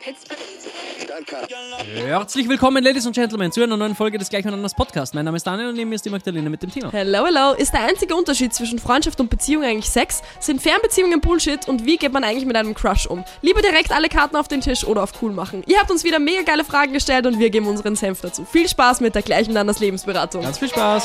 Herzlich willkommen, Ladies und Gentlemen, zu einer neuen Folge des Gleichmeinenders Podcast. Mein Name ist Daniel und neben mir ist die Magdalena mit dem Thema. Hello, hello. Ist der einzige Unterschied zwischen Freundschaft und Beziehung eigentlich Sex? Sind Fernbeziehungen Bullshit und wie geht man eigentlich mit einem Crush um? Lieber direkt alle Karten auf den Tisch oder auf cool machen. Ihr habt uns wieder mega geile Fragen gestellt und wir geben unseren Senf dazu. Viel Spaß mit der Gleichmeinenders Lebensberatung. Ganz viel Spaß.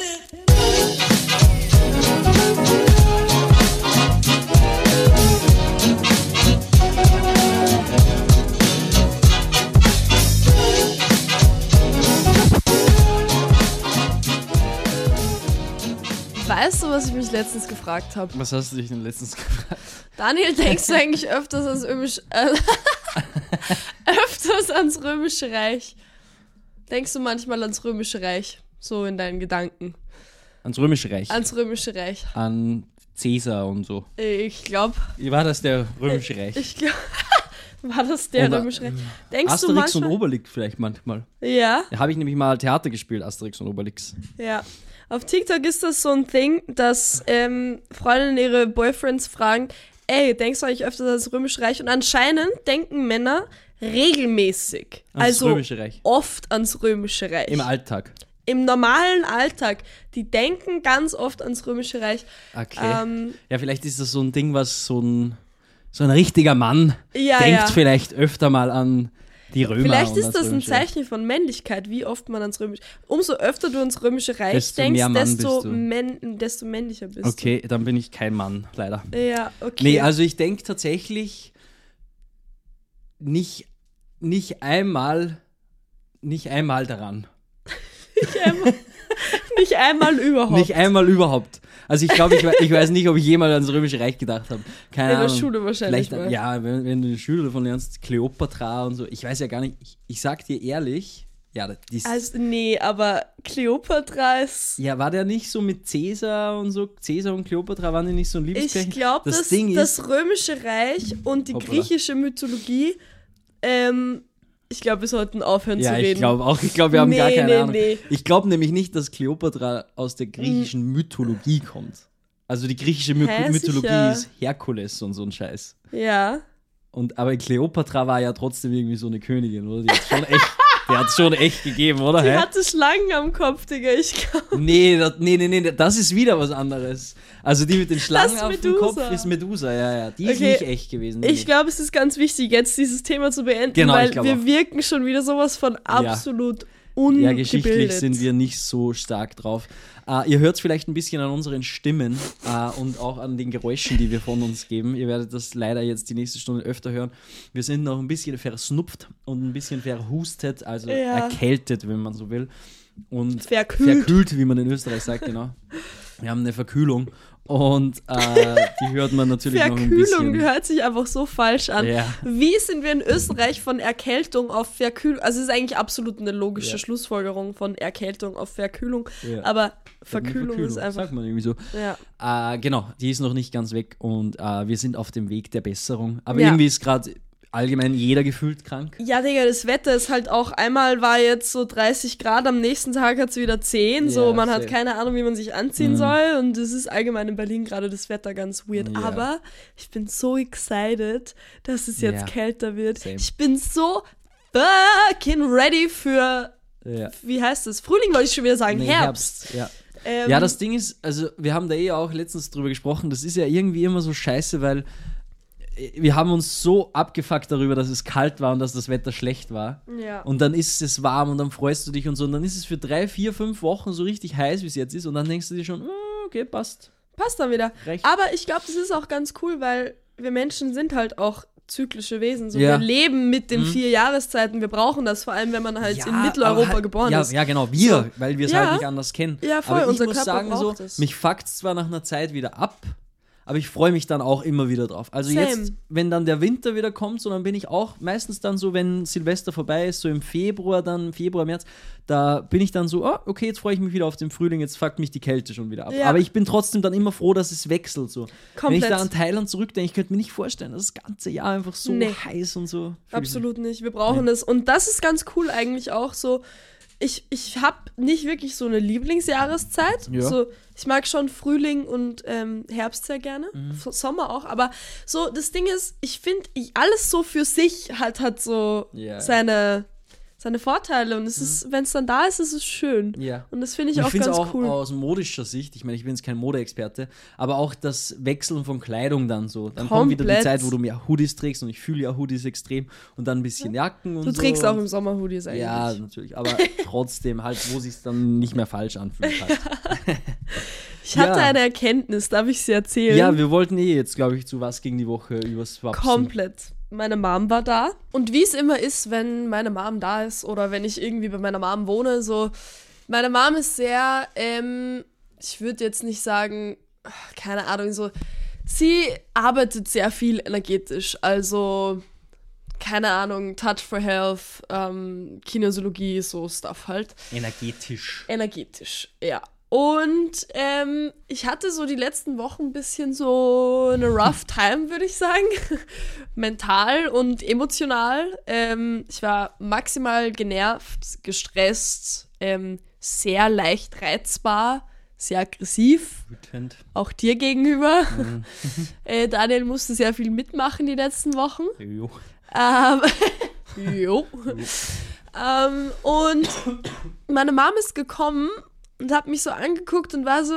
Weißt du, was ich mich letztens gefragt habe? Was hast du dich denn letztens gefragt? Daniel, denkst du eigentlich öfters ans Römische Reich? Denkst du manchmal ans Römische Reich? So in deinen Gedanken. Ans Römische Reich? Ans Römische Reich. An Cäsar und so. Ich glaube. War das der Römische Reich? Ich glaube. War das der Römische Reich? Denkst Asterix du manchmal? und Obelix vielleicht manchmal. Ja. Da habe ich nämlich mal Theater gespielt, Asterix und Obelix. Ja. Auf TikTok ist das so ein Ding, dass Freundinnen ihre Boyfriends fragen, ey, denkst du eigentlich öfters ans Römische Reich? Und anscheinend denken Männer regelmäßig, Ans Römische Reich. Oft ans Römische Reich. Im Alltag. Im normalen Alltag. Die denken ganz oft ans Römische Reich. Okay. Ja, vielleicht ist das so ein Ding, was so ein richtiger Mann denkt vielleicht öfter mal an die Römer. Vielleicht ist das ein Zeichen von Männlichkeit, wie oft man ans Römische... Umso öfter du ans Römische Reich denkst, desto männlicher bist du. Okay, dann bin ich kein Mann, leider. Ja, okay. Nee, also ich denke tatsächlich nicht einmal daran. Nicht einmal überhaupt. Nicht einmal überhaupt. Also ich glaube, ich weiß nicht, ob ich jemals ans Römische Reich gedacht habe. Keine Ahnung. In der Schule wahrscheinlich mal. Ja, wenn du in der Schule davon lernst, Kleopatra und so. Ich weiß ja gar nicht, ich sag dir ehrlich, aber Kleopatra ist... Ja, war der nicht so mit Cäsar und so? Cäsar und Kleopatra, waren die nicht so ein Liebespärchen? Ich glaube, das Römische Reich und die griechische Mythologie... ich glaube, wir sollten aufhören zu reden. Ja, ich glaube auch. Ich glaube, wir haben gar keine Ahnung. Nee. Ich glaube nämlich nicht, dass Kleopatra aus der griechischen Mythologie kommt. Also die griechische Mythologie ist Herkules und so ein Scheiß. Ja. Aber Kleopatra war ja trotzdem irgendwie so eine Königin, oder? Die hat es schon echt gegeben, oder? Die hatte Schlangen am Kopf, Digga, ich glaube. Nee, das ist wieder was anderes. Also die mit den Schlangen auf dem Kopf ist Medusa, ja. Die ist nicht echt gewesen. Ich glaube, es ist ganz wichtig, jetzt dieses Thema zu beenden, weil wir wirken schon wieder sowas von absolut ungebildet. Ja, geschichtlich sind wir nicht so stark drauf. Ihr hört es vielleicht ein bisschen an unseren Stimmen und auch an den Geräuschen, die wir von uns geben. Ihr werdet das leider jetzt die nächste Stunde öfter hören. Wir sind noch ein bisschen versnupft und ein bisschen verhustet, also erkältet, wenn man so will. Und verkühlt, wie man in Österreich sagt, genau. Wir haben eine Verkühlung und die hört man natürlich noch ein bisschen. Verkühlung hört sich einfach so falsch an. Ja. Wie sind wir in Österreich von Erkältung auf Verkühlung? Also es ist eigentlich absolut eine logische Schlussfolgerung von Erkältung auf Verkühlung, aber Verkühlung ist einfach... Sagt man irgendwie so. Ja. Genau, die ist noch nicht ganz weg und wir sind auf dem Weg der Besserung. Aber irgendwie ist gerade... allgemein jeder gefühlt krank. Ja, Digga, das Wetter ist halt auch, einmal war jetzt so 30 Grad, am nächsten Tag hat es wieder 10, so man hat keine Ahnung, wie man sich anziehen soll und es ist allgemein in Berlin gerade das Wetter ganz weird, aber ich bin so excited, dass es jetzt kälter wird. Same. Ich bin so fucking ready für, wie heißt das? Frühling wollte ich schon wieder sagen, Herbst. Ja, das Ding ist, also wir haben da auch letztens drüber gesprochen, das ist ja irgendwie immer so scheiße, weil wir haben uns so abgefuckt darüber, dass es kalt war und dass das Wetter schlecht war. Ja. Und dann ist es warm und dann freust du dich und so. Und dann ist es für 3, 4, 5 Wochen so richtig heiß, wie es jetzt ist. Und dann denkst du dir schon, okay, passt. Passt dann wieder. Recht. Aber ich glaube, das ist auch ganz cool, weil wir Menschen sind halt auch zyklische Wesen. So, wir leben mit den 4 Jahreszeiten. Wir brauchen das, vor allem, wenn man halt in Mitteleuropa geboren ist. Ja, genau, weil wir es halt nicht anders kennen. Ja, voll, aber unser muss Körper sagen, braucht es. Mich fuckt es zwar nach einer Zeit wieder ab, aber ich freue mich dann auch immer wieder drauf. Also jetzt, wenn dann der Winter wieder kommt, so dann bin ich auch meistens dann so, wenn Silvester vorbei ist, so im Februar, März, da bin ich dann so, okay, jetzt freue ich mich wieder auf den Frühling, jetzt fuckt mich die Kälte schon wieder ab. Ja. Aber ich bin trotzdem dann immer froh, dass es wechselt. So. Wenn ich da an Thailand zurückdenke, ich könnte mir nicht vorstellen, dass das ganze Jahr einfach so heiß und so. Absolut nicht, wir brauchen es. Und das ist ganz cool eigentlich auch so, ich habe nicht wirklich so eine Lieblingsjahreszeit. Ja. So, ich mag schon Frühling und Herbst sehr gerne, Sommer auch, aber so das Ding ist, ich finde, alles so für sich hat so seine Vorteile und es ist, wenn es dann da ist, ist es schön. Ja. Und das finde ich Und auch ganz cool. Ich finde es auch aus modischer Sicht, ich meine, ich bin jetzt kein Modeexperte, aber auch das Wechseln von Kleidung dann so. Dann kommt wieder die Zeit, wo du mehr Hoodies trägst und ich fühle ja Hoodies extrem und dann ein bisschen Jacken und so. Du trägst auch im Sommer Hoodies eigentlich. Ja, natürlich, aber trotzdem halt, wo sich dann nicht mehr falsch anfühlt. Halt. Ich hatte eine Erkenntnis, darf ich sie erzählen? Ja, wir wollten jetzt, glaube ich, zu was gegen die Woche übers Wapsen. Komplett. Meine Mom war da. Und wie es immer ist, wenn meine Mom da ist oder wenn ich irgendwie bei meiner Mom wohne, so, meine Mom ist sehr, ich würde jetzt nicht sagen, keine Ahnung, so, sie arbeitet sehr viel energetisch, also, keine Ahnung, Touch for Health, Kinesiologie, so Stuff halt. Energetisch, ja. Und ich hatte so die letzten Wochen ein bisschen so eine rough time, würde ich sagen. Mental und emotional. Ich war maximal genervt, gestresst, sehr leicht reizbar, sehr aggressiv. Wütend. Auch dir gegenüber. Daniel musste sehr viel mitmachen die letzten Wochen. Jo. Jo. Und meine Mom ist gekommen und hat mich so angeguckt und war so,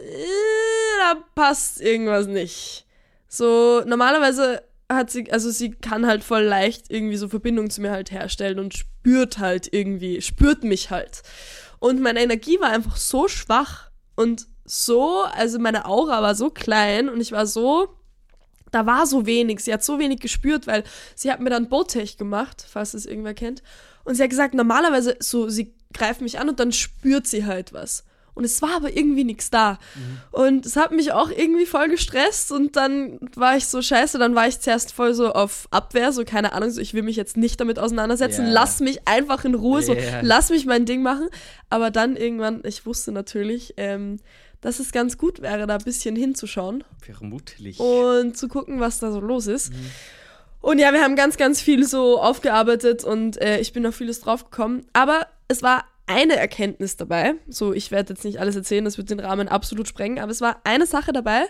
da passt irgendwas nicht. So, normalerweise hat sie, also sie kann halt voll leicht irgendwie so Verbindung zu mir halt herstellen und spürt mich halt. Und meine Energie war einfach so schwach und so, also meine Aura war so klein und ich war so, da war so wenig, sie hat so wenig gespürt, weil sie hat mir dann Botech gemacht, falls es irgendwer kennt. Und sie hat gesagt, normalerweise so, sie greift mich an und dann spürt sie halt was. Und es war aber irgendwie nichts da. Und es hat mich auch irgendwie voll gestresst und dann war ich so, scheiße, dann war ich zuerst voll so auf Abwehr, so keine Ahnung, so ich will mich jetzt nicht damit auseinandersetzen, lass mich einfach in Ruhe, so lass mich mein Ding machen. Aber dann irgendwann, ich wusste natürlich, dass es ganz gut wäre, da ein bisschen hinzuschauen. Vermutlich. Und zu gucken, was da so los ist. Und ja, wir haben ganz, ganz viel so aufgearbeitet und ich bin auf vieles draufgekommen. Aber es war eine Erkenntnis dabei. So, ich werde jetzt nicht alles erzählen, das wird den Rahmen absolut sprengen. Aber es war eine Sache dabei.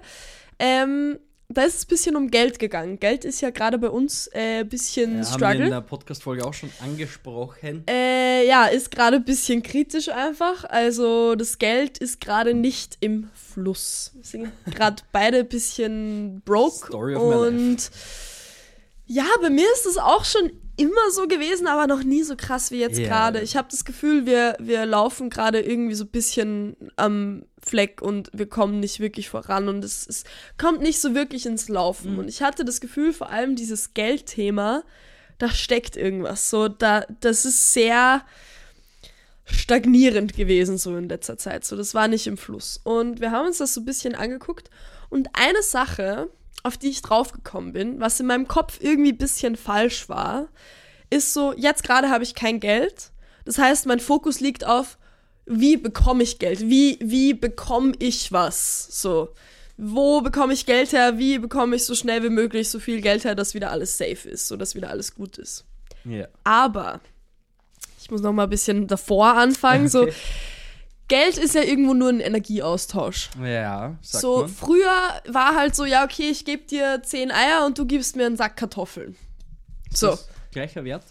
Da ist es ein bisschen um Geld gegangen. Geld ist ja gerade bei uns ein bisschen Struggle. Haben wir in der Podcast-Folge auch schon angesprochen. Ja, ist gerade ein bisschen kritisch einfach. Also das Geld ist gerade nicht im Fluss. Wir sind gerade beide ein bisschen broke. Story of my life. Ja, bei mir ist es auch schon immer so gewesen, aber noch nie so krass wie jetzt gerade. Ich habe das Gefühl, wir laufen gerade irgendwie so ein bisschen am Fleck und wir kommen nicht wirklich voran und es kommt nicht so wirklich ins Laufen. Und ich hatte das Gefühl, vor allem dieses Geldthema, da steckt irgendwas. So, das ist sehr stagnierend gewesen so in letzter Zeit. So, das war nicht im Fluss. Und wir haben uns das so ein bisschen angeguckt und eine Sache, auf die ich draufgekommen bin, was in meinem Kopf irgendwie ein bisschen falsch war, ist so, jetzt gerade habe ich kein Geld. Das heißt, mein Fokus liegt auf, wie bekomme ich Geld? Wie bekomme ich was? So, wo bekomme ich Geld her? Wie bekomme ich so schnell wie möglich so viel Geld her, dass wieder alles safe ist, so dass wieder alles gut ist? Yeah. Aber ich muss noch mal ein bisschen davor anfangen. Okay. So, Geld ist ja irgendwo nur ein Energieaustausch. Ja, sagt so, man. Früher war halt so, ja, okay, ich gebe dir 10 Eier und du gibst mir einen Sack Kartoffeln. So. Ist das gleicher Wert?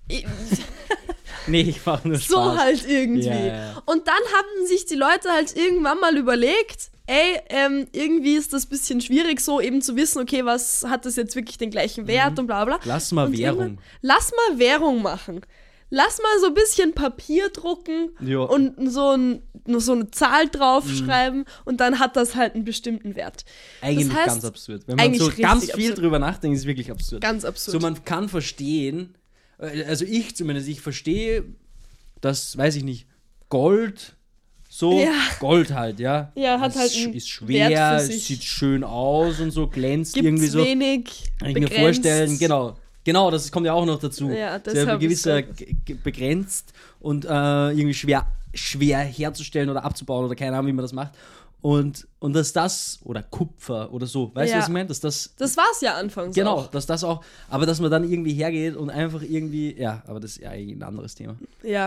Nee, ich mache nur Spaß. So halt irgendwie. Ja. Und dann haben sich die Leute halt irgendwann mal überlegt, irgendwie ist das ein bisschen schwierig, so eben zu wissen, okay, was hat das jetzt wirklich den gleichen Wert und bla bla. Lass mal Währung. Lass mal Währung machen. Lass mal so ein bisschen Papier drucken und so eine Zahl draufschreiben und dann hat das halt einen bestimmten Wert. Eigentlich das heißt, ganz absurd. Wenn man so ganz viel drüber nachdenkt, ist es wirklich absurd. Ganz absurd. So, man kann verstehen, also ich zumindest, ich verstehe, dass, weiß ich nicht, Gold, so, Gold halt, ja. Ja, hat halt ist schwer, sieht schön aus und so, glänzt gibt's irgendwie so. Wenig, kann ich mir vorstellen, Genau, das kommt ja auch noch dazu. Ja, deshalb gewisser begrenzt und irgendwie schwer herzustellen oder abzubauen oder keine Ahnung, wie man das macht. Und dass das, oder Kupfer oder so, weißt du, was ich meine? Das war's ja anfangs Genau, auch. dass das auch, aber dass man dann irgendwie hergeht und einfach irgendwie, ja, aber das ist ja ein anderes Thema. Ja,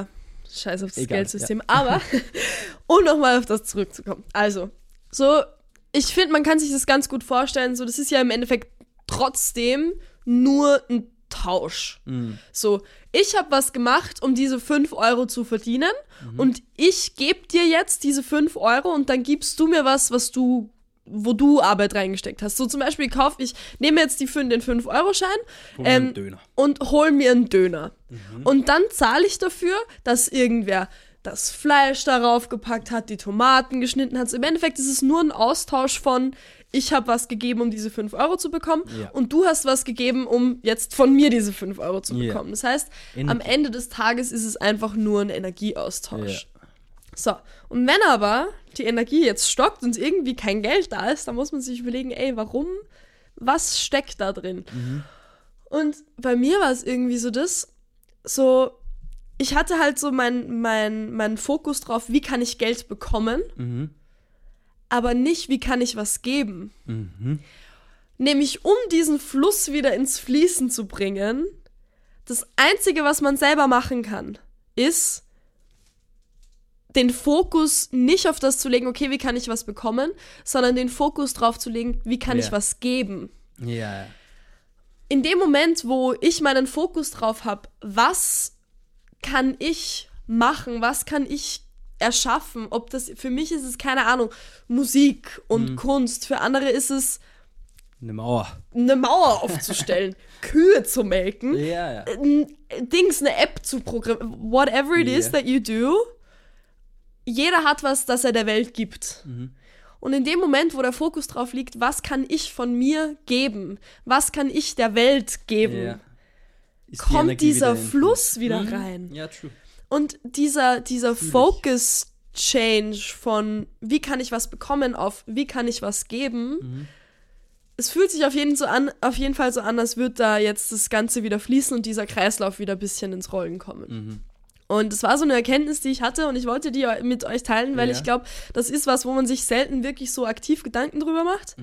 Scheiß auf das Geldsystem. Ja. Aber, um nochmal auf das zurückzukommen. Also, so, ich finde, man kann sich das ganz gut vorstellen, so, das ist ja im Endeffekt trotzdem nur ein Tausch. So, ich habe was gemacht, um diese 5 Euro zu verdienen und ich gebe dir jetzt diese 5 Euro und dann gibst du mir was, wo du Arbeit reingesteckt hast. So zum Beispiel ich nehme jetzt den 5-Euro-Schein und hol mir einen Döner. Und dann zahle ich dafür, dass irgendwer das Fleisch darauf gepackt hat, die Tomaten geschnitten hat. Im Endeffekt ist es nur ein Austausch von, ich habe was gegeben, um diese 5 Euro zu bekommen und du hast was gegeben, um jetzt von mir diese 5 Euro zu bekommen. Das heißt, am Ende des Tages ist es einfach nur ein Energieaustausch. So, und wenn aber die Energie jetzt stockt und irgendwie kein Geld da ist, dann muss man sich überlegen, warum? Was steckt da drin? Und bei mir war es irgendwie so, ich hatte halt so meinen Fokus drauf, wie kann ich Geld bekommen, aber nicht, wie kann ich was geben. Nämlich, um diesen Fluss wieder ins Fließen zu bringen, das Einzige, was man selber machen kann, ist, den Fokus nicht auf das zu legen, okay, wie kann ich was bekommen, sondern den Fokus drauf zu legen, wie kann ich was geben. Ja. In dem Moment, wo ich meinen Fokus drauf habe, was kann ich machen, was kann ich erschaffen, für mich ist es, keine Ahnung, Musik und Kunst, für andere ist es eine Mauer aufzustellen, Kühe zu melken, eine App zu programmieren, whatever it is that you do. Jeder hat was, das er der Welt gibt. Und in dem Moment, wo der Fokus drauf liegt, was kann ich von mir geben? Was kann ich der Welt geben? Kommt dieser Fluss wieder rein. Ja, true. Und dieser Focus-Change von wie kann ich was bekommen auf wie kann ich was geben, es fühlt sich auf jeden Fall so an, als würde da jetzt das Ganze wieder fließen und dieser Kreislauf wieder ein bisschen ins Rollen kommen. Und es war so eine Erkenntnis, die ich hatte und ich wollte die mit euch teilen, weil ich glaube, das ist was, wo man sich selten wirklich so aktiv Gedanken drüber macht.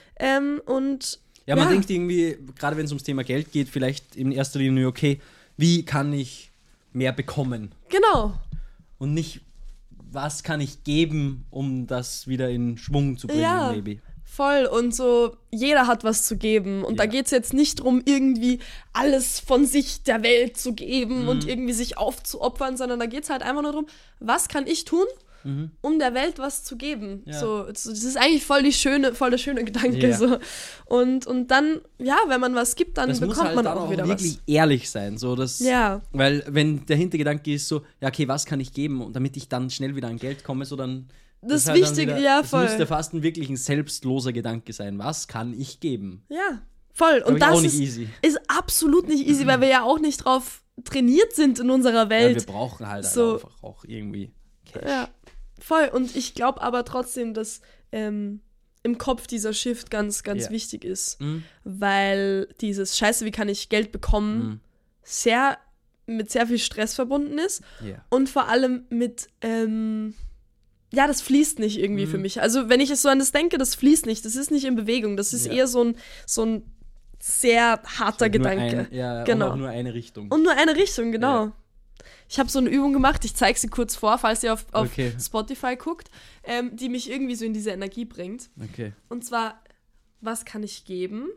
Man denkt irgendwie, gerade wenn es ums Thema Geld geht, vielleicht in erster Linie, okay, wie kann ich mehr bekommen? Genau. Und nicht, was kann ich geben, um das wieder in Schwung zu bringen, maybe. Voll, und so, jeder hat was zu geben und da geht es jetzt nicht darum, irgendwie alles von sich der Welt zu geben und irgendwie sich aufzuopfern, sondern da geht es halt einfach nur darum, was kann ich tun, um der Welt was zu geben. So, das ist eigentlich voll der schöne Gedanke. So. Und dann, wenn man was gibt, dann bekommt halt man auch wieder was. Wirklich ehrlich sein. So, weil wenn der Hintergedanke ist so, okay, was kann ich geben, und damit ich dann schnell wieder an Geld komme, so dann das halt Wichtige, voll. Das müsste fast wirklich ein selbstloser Gedanke sein. Was kann ich geben? Ja, voll. Und das ist absolut nicht easy, weil wir ja auch nicht drauf trainiert sind in unserer Welt. Ja, wir brauchen halt einfach auch irgendwie Cash. Ja, voll. Und ich glaube aber trotzdem, dass im Kopf dieser Shift ganz, ganz wichtig ist. Weil dieses Scheiße, wie kann ich Geld bekommen, mit sehr viel Stress verbunden ist. Und vor allem mit das fließt nicht irgendwie für mich. Also wenn ich es so an das denke, das fließt nicht. Das ist nicht in Bewegung. Das ist eher so ein sehr harter Gedanke. Und auch nur eine Richtung. Und nur eine Richtung, genau. Ja. Ich habe so eine Übung gemacht, ich zeige sie kurz vor, falls ihr auf Spotify guckt, die mich irgendwie so in diese Energie bringt. Okay. Und zwar, was kann ich geben,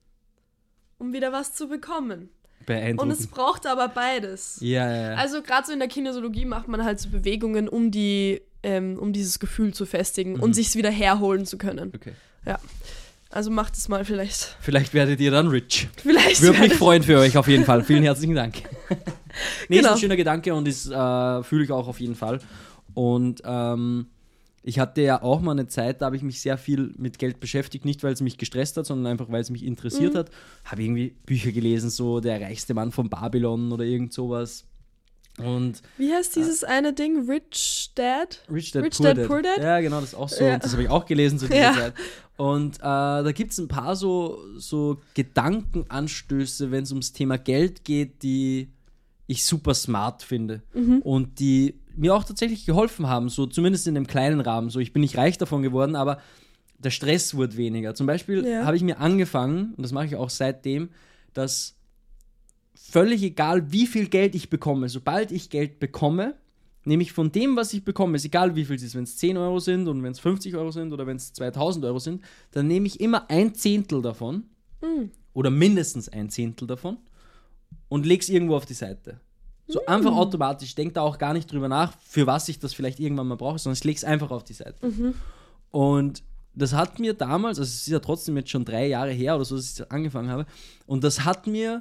um wieder was zu bekommen? Und es braucht aber beides. Ja. Also gerade so in der Kinesiologie macht man halt so Bewegungen, um dieses Gefühl zu festigen und sich es wieder herholen zu können. Okay. Ja. Also macht es mal vielleicht. Vielleicht werdet ihr dann rich. Würde mich freuen für euch auf jeden Fall. Vielen herzlichen Dank. Ist ein schöner Gedanke und das fühle ich auch auf jeden Fall. Und ich hatte ja auch mal eine Zeit, da habe ich mich sehr viel mit Geld beschäftigt, nicht weil es mich gestresst hat, sondern einfach weil es mich interessiert hat. Habe irgendwie Bücher gelesen, so Der reichste Mann von Babylon oder irgend sowas. Und wie heißt dieses eine Ding? Rich Dad Poor Dad? Ja, genau, das ist auch so. Ja. Das habe ich auch gelesen zu dieser Zeit. Und da gibt es ein paar so Gedankenanstöße, wenn es ums Thema Geld geht, die ich super smart finde. Und die mir auch tatsächlich geholfen haben, so zumindest in dem kleinen Rahmen. So, ich bin nicht reich davon geworden, aber der Stress wurde weniger. Zum Beispiel habe ich mir angefangen, und das mache ich auch seitdem, dass völlig egal, wie viel Geld ich bekomme, sobald ich Geld bekomme, nehme ich von dem, was ich bekomme, ist egal wie viel es ist, wenn es 10 Euro sind und wenn es 50 Euro sind oder wenn es 2000 Euro sind, dann nehme ich immer 1/10 davon oder mindestens 1/10 davon und lege es irgendwo auf die Seite. So einfach automatisch, denke da auch gar nicht drüber nach, für was ich das vielleicht irgendwann mal brauche, sondern ich lege es einfach auf die Seite. Und das hat mir damals, also es ist ja trotzdem jetzt schon 3 Jahre her oder so, dass ich das angefangen habe, und das hat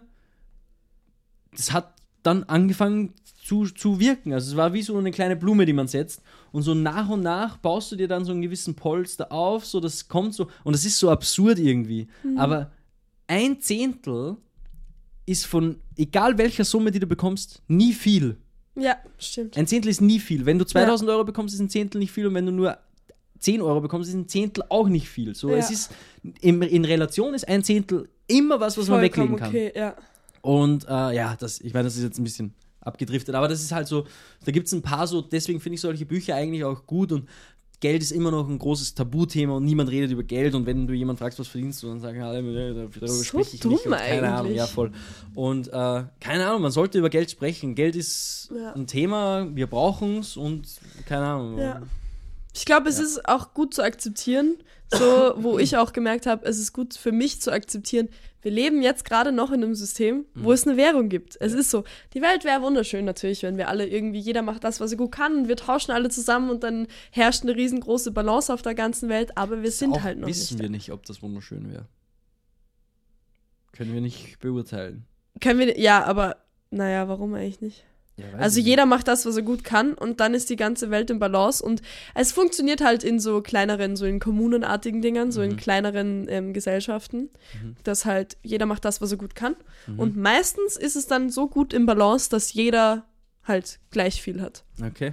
dann angefangen zu wirken. Also es war wie so eine kleine Blume, die man setzt, und so nach und nach baust du dir dann so einen gewissen Polster auf, so das kommt so, und das ist so absurd irgendwie, aber 1/10 ist von, egal welcher Summe, die du bekommst, nie viel. Ja, stimmt. 1/10 ist nie viel. Wenn du 2000 Euro bekommst, ist 1/10 nicht viel, und wenn du nur 10 Euro bekommst, ist 1/10 auch nicht viel. So, es ist, in Relation ist 1/10 immer was man weglegen kann. Okay, ja. Und ich meine, das ist jetzt ein bisschen abgedriftet, aber das ist halt so, da gibt es ein paar so, deswegen finde ich solche Bücher eigentlich auch gut, und Geld ist immer noch ein großes Tabuthema und niemand redet über Geld, und wenn du jemanden fragst, was verdienst du, dann sagen alle, darüber so spreche ich dumm nicht. Und eigentlich. Keine Ahnung, ja voll. Und keine Ahnung, man sollte über Geld sprechen. Geld ist ein Thema, wir brauchen es, und keine Ahnung. Ja. Ich glaube, es ist auch gut zu akzeptieren, so, wo ich auch gemerkt habe, es ist gut für mich zu akzeptieren, wir leben jetzt gerade noch in einem System, wo es eine Währung gibt. Es ist so, die Welt wäre wunderschön natürlich, wenn wir alle irgendwie, jeder macht das, was er gut kann, und wir tauschen alle zusammen und dann herrscht eine riesengroße Balance auf der ganzen Welt, aber wir sind halt noch nicht. Wissen wir nicht, ob das wunderschön wäre. Können wir nicht beurteilen. Aber naja, warum eigentlich nicht? Ja, also jeder macht das, was er gut kann, und dann ist die ganze Welt im Balance, und es funktioniert halt in so kleineren, so in kommunenartigen Dingern, so in kleineren Gesellschaften, dass halt jeder macht das, was er gut kann, und meistens ist es dann so gut im Balance, dass jeder halt gleich viel hat. Okay.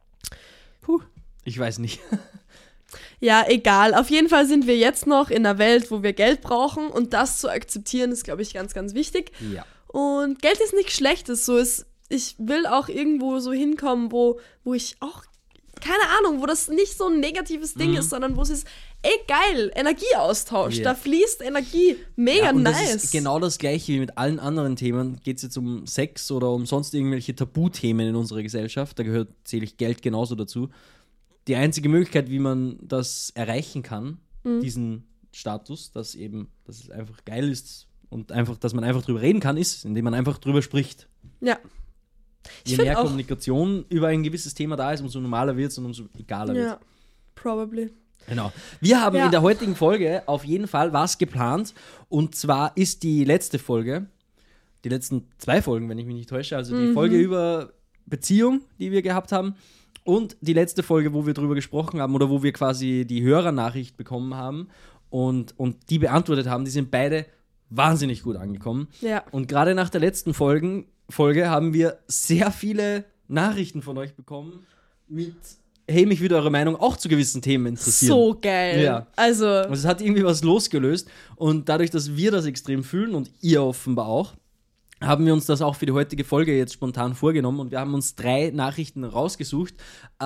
Ich weiß nicht. Ja, egal. Auf jeden Fall sind wir jetzt noch in einer Welt, wo wir Geld brauchen, und das zu akzeptieren ist, glaube ich, ganz, ganz wichtig. Ja. Und Geld ist nichts Schlechtes, ich will auch irgendwo so hinkommen, wo ich auch, keine Ahnung, wo das nicht so ein negatives Ding ist, sondern wo es ist, geil, Energieaustausch, da fließt Energie, mega und nice. Das ist genau das Gleiche wie mit allen anderen Themen. Geht es jetzt um Sex oder um sonst irgendwelche Tabuthemen in unserer Gesellschaft, da zähle ich Geld genauso dazu. Die einzige Möglichkeit, wie man das erreichen kann, diesen Status, dass es einfach geil ist und einfach, dass man einfach drüber reden kann, ist, indem man einfach drüber spricht. Ja. Je mehr Kommunikation über ein gewisses Thema da ist, umso normaler wird es und umso egaler wird es. Ja, probably. Genau. Wir haben in der heutigen Folge auf jeden Fall was geplant, und zwar ist die letzte Folge, die letzten 2 Folgen, wenn ich mich nicht täusche, also die Folge über Beziehung, die wir gehabt haben, und die letzte Folge, wo wir drüber gesprochen haben oder wo wir quasi die Hörernachricht bekommen haben und die beantwortet haben, die sind beide wahnsinnig gut angekommen. Ja. Und gerade nach der letzten Folge haben wir sehr viele Nachrichten von euch bekommen mit, hey, mich würde eure Meinung auch zu gewissen Themen interessieren. So geil. Ja. Also es hat irgendwie was losgelöst, und dadurch, dass wir das extrem fühlen und ihr offenbar auch, haben wir uns das auch für die heutige Folge jetzt spontan vorgenommen, und wir haben uns 3 Nachrichten rausgesucht,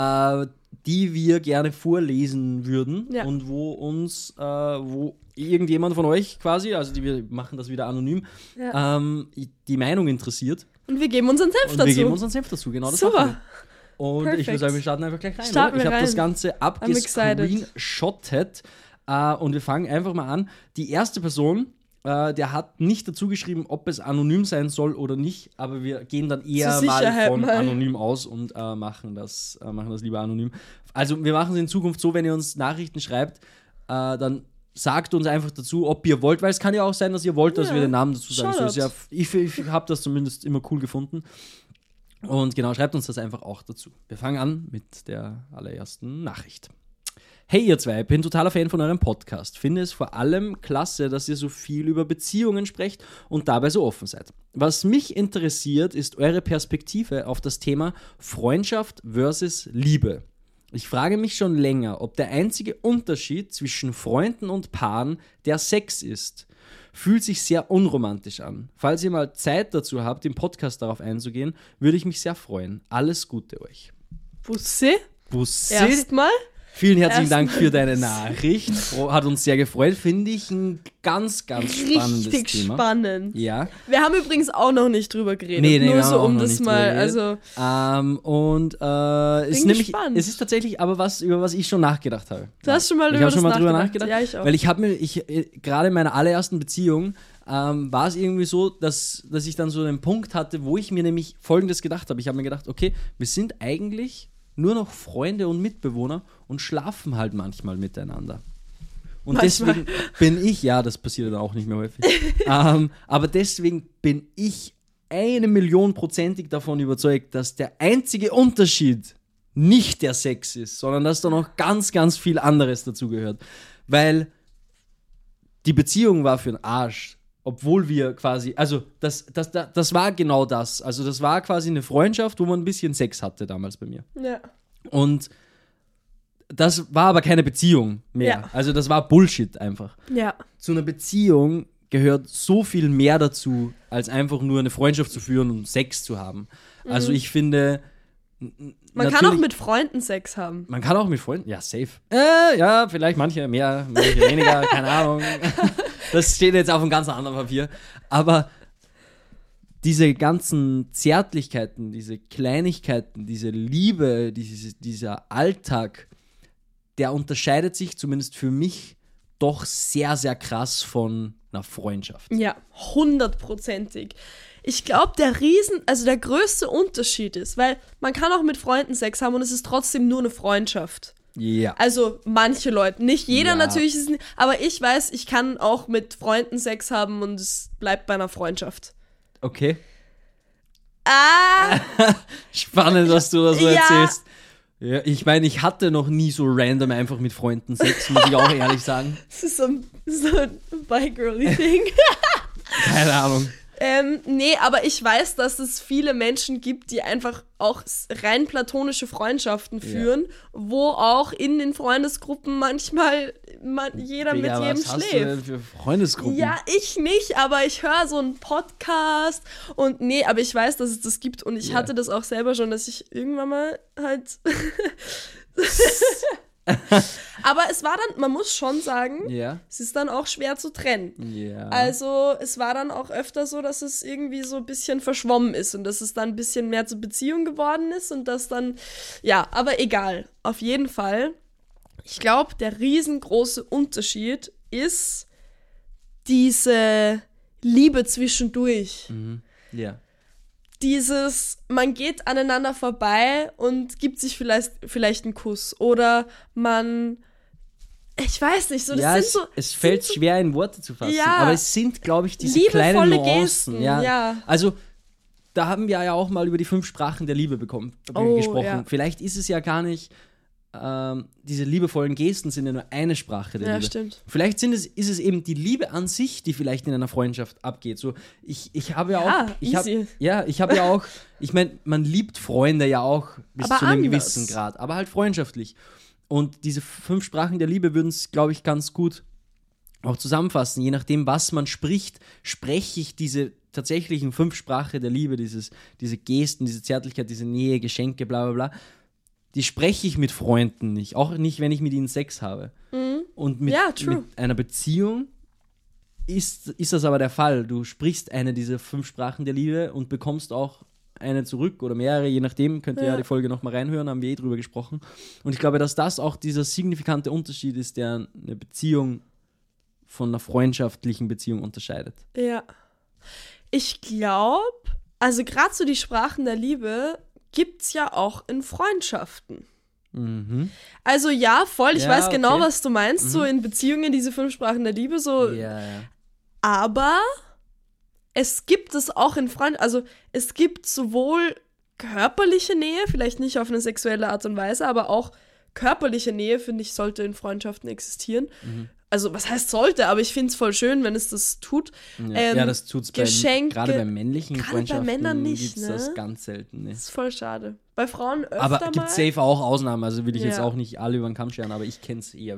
die wir gerne vorlesen würden, und wo irgendjemand von euch quasi, also wir machen das wieder anonym, die Meinung interessiert. Und wir geben unseren Senf dazu. Genau das machen wir. Und Perfect. Ich würde sagen, wir starten einfach gleich rein. Ich habe das Ganze abgescreenshottet, und wir fangen einfach mal an. Die erste Person, der hat nicht dazu geschrieben, ob es anonym sein soll oder nicht, aber wir gehen dann eher mal von anonym aus und machen das lieber anonym. Also wir machen es in Zukunft so, wenn ihr uns Nachrichten schreibt, dann sagt uns einfach dazu, ob ihr wollt, weil es kann ja auch sein, dass ihr wollt, dass wir den Namen dazu sagen. So, ich habe das zumindest immer cool gefunden. Und genau, schreibt uns das einfach auch dazu. Wir fangen an mit der allerersten Nachricht. Hey ihr zwei, bin totaler Fan von eurem Podcast. Finde es vor allem klasse, dass ihr so viel über Beziehungen sprecht und dabei so offen seid. Was mich interessiert, ist eure Perspektive auf das Thema Freundschaft versus Liebe. Ich frage mich schon länger, ob der einzige Unterschied zwischen Freunden und Paaren der Sex ist. Fühlt sich sehr unromantisch an. Falls ihr mal Zeit dazu habt, im Podcast darauf einzugehen, würde ich mich sehr freuen. Alles Gute euch. Bussi. Bussi. Erstmal. Vielen herzlichen Dank für deine Nachricht. Hat uns sehr gefreut. Finde ich ein ganz, ganz spannendes Thema. Richtig spannend. Ja. Wir haben übrigens auch noch nicht drüber geredet. Nee, nur so, um das mal, also... es ist tatsächlich aber was, über was ich schon nachgedacht habe. Du hast schon mal drüber nachgedacht? Ja, ich auch. Weil gerade in meiner allerersten Beziehung war es irgendwie so, dass ich dann so einen Punkt hatte, wo ich mir nämlich Folgendes gedacht habe. Ich habe mir gedacht, okay, wir sind eigentlich nur noch Freunde und Mitbewohner und schlafen halt manchmal miteinander. Und deswegen bin ich, ja, das passiert dann auch nicht mehr häufig, aber deswegen bin ich 1.000.000%ig davon überzeugt, dass der einzige Unterschied nicht der Sex ist, sondern dass da noch ganz, ganz viel anderes dazugehört. Weil die Beziehung war für den Arsch. Obwohl wir quasi, also das war genau das. Also das war quasi eine Freundschaft, wo man ein bisschen Sex hatte damals bei mir. Ja. Und das war aber keine Beziehung mehr. Ja. Also das war Bullshit einfach. Ja. Zu einer Beziehung gehört so viel mehr dazu, als einfach nur eine Freundschaft zu führen und Sex zu haben. Also ich finde... Man kann auch mit Freunden Sex haben. Man kann auch mit Freunden, ja, safe. Ja, vielleicht manche mehr, manche weniger, keine Ahnung. Das steht jetzt auf einem ganz anderen Papier. Aber diese ganzen Zärtlichkeiten, diese Kleinigkeiten, diese Liebe, dieser Alltag, der unterscheidet sich zumindest für mich doch sehr, sehr krass von einer Freundschaft. Ja, 100%ig. Ich glaube, der größte Unterschied ist, weil man kann auch mit Freunden Sex haben und es ist trotzdem nur eine Freundschaft. Ja. Also manche Leute, nicht jeder Ja. natürlich, aber ich weiß, ich kann auch mit Freunden Sex haben und es bleibt bei einer Freundschaft. Okay. Ah! Spannend, was du da so Ja. erzählst. Ja, ich meine, ich hatte noch nie so random einfach mit Freunden Sex, muss ich auch ehrlich sagen. Das ist so ein bi-girly-Thing. Keine Ahnung. Nee, aber ich weiß, dass es viele Menschen gibt, die einfach auch rein platonische Freundschaften führen, wo auch in den Freundesgruppen manchmal jeder mit jedem was schläft. hast du denn für Freundesgruppen? Ja, ich nicht, aber ich höre so einen Podcast und nee, aber ich weiß, dass es das gibt und ich hatte das auch selber schon, dass ich irgendwann mal halt... Aber es war dann, man muss schon sagen, es ist dann auch schwer zu trennen. Ja. Also es war dann auch öfter so, dass es irgendwie so ein bisschen verschwommen ist und dass es dann ein bisschen mehr zur Beziehung geworden ist und dass dann, ja, aber egal. Auf jeden Fall, ich glaube, der riesengroße Unterschied ist diese Liebe zwischendurch. Mhm. Ja. Dieses, man geht aneinander vorbei und gibt sich vielleicht einen Kuss oder man, ich weiß nicht, so das sind so... Es fällt schwer in Worte zu fassen, aber es sind, glaube ich, diese liebevolle kleinen Nuancen. Gesten, ja. Also, da haben wir ja auch mal über die 5 Sprachen der Liebe gesprochen. Ja. Vielleicht ist es ja gar nicht, diese liebevollen Gesten sind ja nur eine Sprache der Liebe. Ja, stimmt. Vielleicht ist es eben die Liebe an sich, die vielleicht in einer Freundschaft abgeht. So, ich habe ja auch... Ich habe ja auch... Ich meine, man liebt Freunde ja auch bis aber zu einem anders. gewissen Grad, aber halt freundschaftlich. Und diese 5 Sprachen der Liebe würden es, glaube ich, ganz gut auch zusammenfassen. Je nachdem, was man spricht, spreche ich diese tatsächlichen 5 Sprachen der Liebe, diese Gesten, diese Zärtlichkeit, diese Nähe, Geschenke, bla bla bla. Die spreche ich mit Freunden nicht. Auch nicht, wenn ich mit ihnen Sex habe. Mhm. Und mit einer Beziehung ist das aber der Fall. Du sprichst eine dieser 5 Sprachen der Liebe und bekommst auch eine zurück oder mehrere, je nachdem. Könnt ihr ja die Folge nochmal reinhören, haben wir drüber gesprochen. Und ich glaube, dass das auch dieser signifikante Unterschied ist, der eine Beziehung von einer freundschaftlichen Beziehung unterscheidet. Ja. Ich glaube, also gerade so die Sprachen der Liebe gibt's ja auch in Freundschaften. Mhm. Also ja, voll, ich weiß genau, was du meinst, Mhm. so in Beziehungen, diese 5 Sprachen der Liebe, so. Ja. Aber es gibt es auch in Freunden, also es gibt sowohl körperliche Nähe, vielleicht nicht auf eine sexuelle Art und Weise, aber auch körperliche Nähe, finde ich, sollte in Freundschaften existieren. Mhm. Also, was heißt sollte, aber ich finde es voll schön, wenn es das tut. Ja, das tut es gerade bei männlichen gerade Freundschaften bei Männern nicht, gibt's ne? das ganz selten. Ne? Das ist voll schade. Bei Frauen öfter Aber mal. gibt safe auch Ausnahmen, also will ich jetzt Ja. auch nicht alle über den Kamm scheren, aber ich kenne es eher wenig.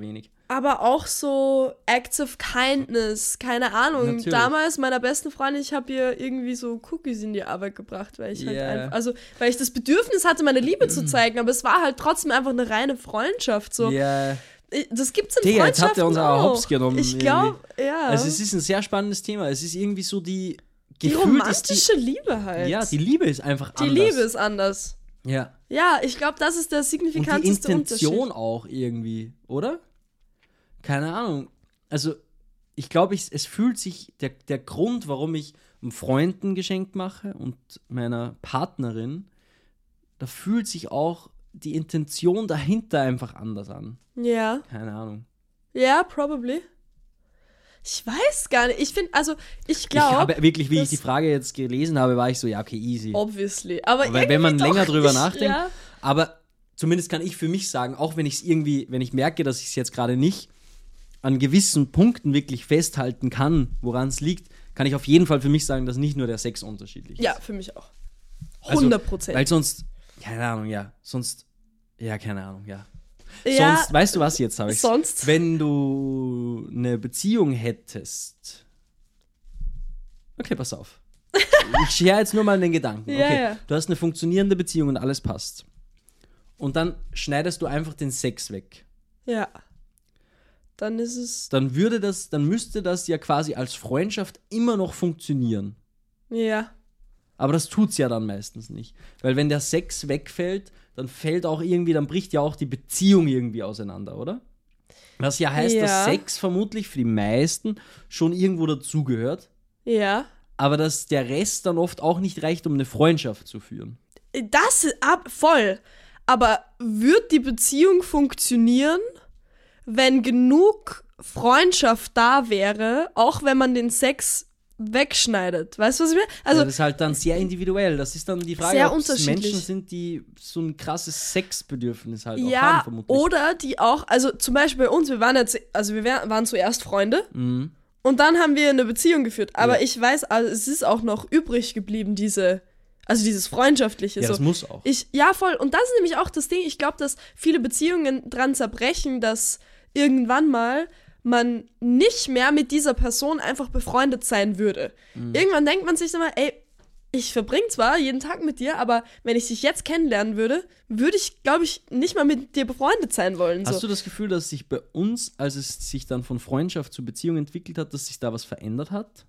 aber auch so Acts of Kindness, keine Ahnung. Natürlich. Damals meiner besten Freundin, ich habe ihr irgendwie so Cookies in die Arbeit gebracht, weil ich halt einfach, also weil ich das Bedürfnis hatte, meine Liebe zu zeigen, aber es war halt trotzdem einfach eine reine Freundschaft, so. Ja. Das gibt's in Digga, Freundschaften jetzt hat er uns aber auch. hops genommen. Ich glaube, ja. Also es ist ein sehr spannendes Thema. Es ist irgendwie so die romantische Liebe halt. Ja, die Liebe ist einfach anders. Die Liebe ist anders. Ja. Ja, ich glaube, das ist der signifikanteste Und die Intention Unterschied. auch irgendwie, oder? Keine Ahnung. Also, ich glaube, es fühlt sich, der Grund, warum ich einem Freund ein Geschenk mache und meiner Partnerin, da fühlt sich auch die Intention dahinter einfach anders an. Ja. Keine Ahnung. Ja, probably. Ich weiß gar nicht. Ich finde, also, ich glaube. Ich habe wirklich, wie ich die Frage jetzt gelesen habe, war ich so, ja, okay, easy. Obviously. Aber wenn man länger drüber nicht, nachdenkt, ja. aber zumindest kann ich für mich sagen, auch wenn ich es irgendwie, wenn ich merke, dass ich es jetzt gerade nicht an gewissen Punkten wirklich festhalten kann, woran es liegt, kann ich auf jeden Fall für mich sagen, dass nicht nur der Sex unterschiedlich ist. Ja, für mich auch. 100%. Also, weil sonst, keine Ahnung, ja. Sonst, ja, keine Ahnung, ja. Ja, sonst, weißt du was, jetzt habe ich sonst? Wenn du eine Beziehung hättest. Okay, pass auf. Ich schere jetzt nur mal den Gedanken. Ja, okay, ja. Du hast eine funktionierende Beziehung und alles passt. Und dann schneidest du einfach den Sex weg. Ja. Dann ist es. Dann müsste das ja quasi als Freundschaft immer noch funktionieren. Ja. Aber das tut's ja dann meistens nicht. Weil wenn der Sex wegfällt, dann bricht ja auch die Beziehung irgendwie auseinander, oder? Was ja heißt, dass Sex vermutlich für die meisten schon irgendwo dazugehört. Ja. Aber dass der Rest dann oft auch nicht reicht, um eine Freundschaft zu führen. Das ist voll. Aber wird die Beziehung funktionieren, wenn genug Freundschaft da wäre, auch wenn man den Sex wegschneidet? Weißt du, was ich meine? Also, das ist halt dann sehr individuell. Das ist dann die Frage, sehr ob es unterschiedlich. Menschen sind, die so ein krasses Sexbedürfnis halt auch ja, haben, vermutlich. oder die auch, also zum Beispiel bei uns, wir waren zuerst Freunde Mhm. und dann haben wir eine Beziehung geführt. Aber Ja. ich weiß, also es ist auch noch übrig geblieben, dieses Freundschaftliche. Ja, so. das muss auch. Ja, voll. Und das ist nämlich auch das Ding, ich glaube, dass viele Beziehungen dran zerbrechen, dass irgendwann mal man nicht mehr mit dieser Person einfach befreundet sein würde. Irgendwann denkt man sich immer, ey, ich verbringe zwar jeden Tag mit dir, aber wenn ich dich jetzt kennenlernen würde, würde ich, glaube ich, nicht mal mit dir befreundet sein wollen. So. Hast du das Gefühl, dass sich bei uns, als es sich dann von Freundschaft zu Beziehung entwickelt hat, dass sich da was verändert hat?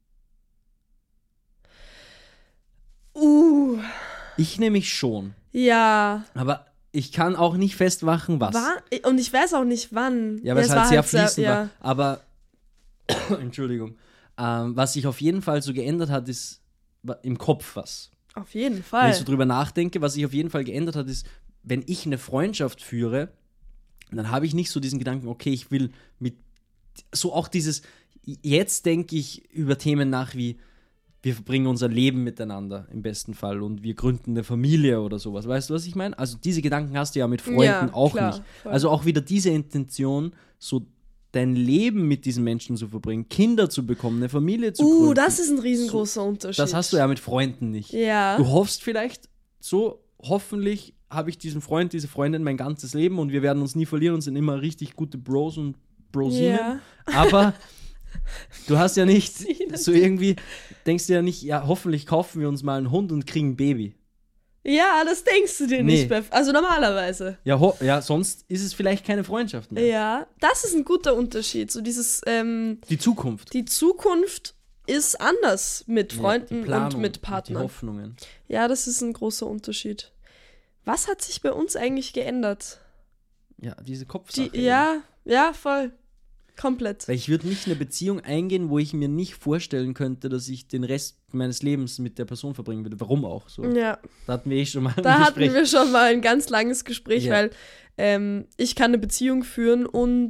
Ich nämlich schon. Ja. Aber ich kann auch nicht festmachen, was. Und ich weiß auch nicht, wann. Ja, weil es halt sehr fließend ja. war. Aber, Entschuldigung, was sich auf jeden Fall so geändert hat, ist im Kopf was. Auf jeden Wenn Fall. ich so drüber nachdenke, was sich auf jeden Fall geändert hat, ist, wenn ich eine Freundschaft führe, dann habe ich nicht so diesen Gedanken, okay, ich will so auch dieses, jetzt denke ich über Themen nach wie, wir verbringen unser Leben miteinander im besten Fall und wir gründen eine Familie oder sowas. Weißt du, was ich meine? Also diese Gedanken hast du ja mit Freunden auch klar, nicht. voll. Also auch wieder diese Intention, so dein Leben mit diesen Menschen zu verbringen, Kinder zu bekommen, eine Familie zu gründen. Das ist ein riesengroßer Unterschied. Das hast du ja mit Freunden nicht. Ja. Du hoffst vielleicht so, hoffentlich habe ich diesen Freund, diese Freundin mein ganzes Leben und wir werden uns nie verlieren und sind immer richtig gute Bros und Brosinen. Ja. Aber du hast ja nicht so irgendwie, denkst du ja nicht, ja, hoffentlich kaufen wir uns mal einen Hund und kriegen ein Baby. Ja, das denkst du dir nicht, also normalerweise. Ja, sonst ist es vielleicht keine Freundschaft mehr. Ja, das ist ein guter Unterschied. So dieses, Die Zukunft. die Zukunft ist anders mit Freunden die Planung, und mit Die Partnern. Hoffnungen. Ja, das ist ein großer Unterschied. Was hat sich bei uns eigentlich geändert? Ja, diese Kopfsache. Ja, voll. Komplett. Weil ich würde nicht eine Beziehung eingehen, wo ich mir nicht vorstellen könnte, dass ich den Rest meines Lebens mit der Person verbringen würde. Warum auch? So. Ja. Da hatten wir schon mal ein Da hatten Gespräch. wir schon mal ein ganz langes Gespräch, Ja. weil ich kann eine Beziehung führen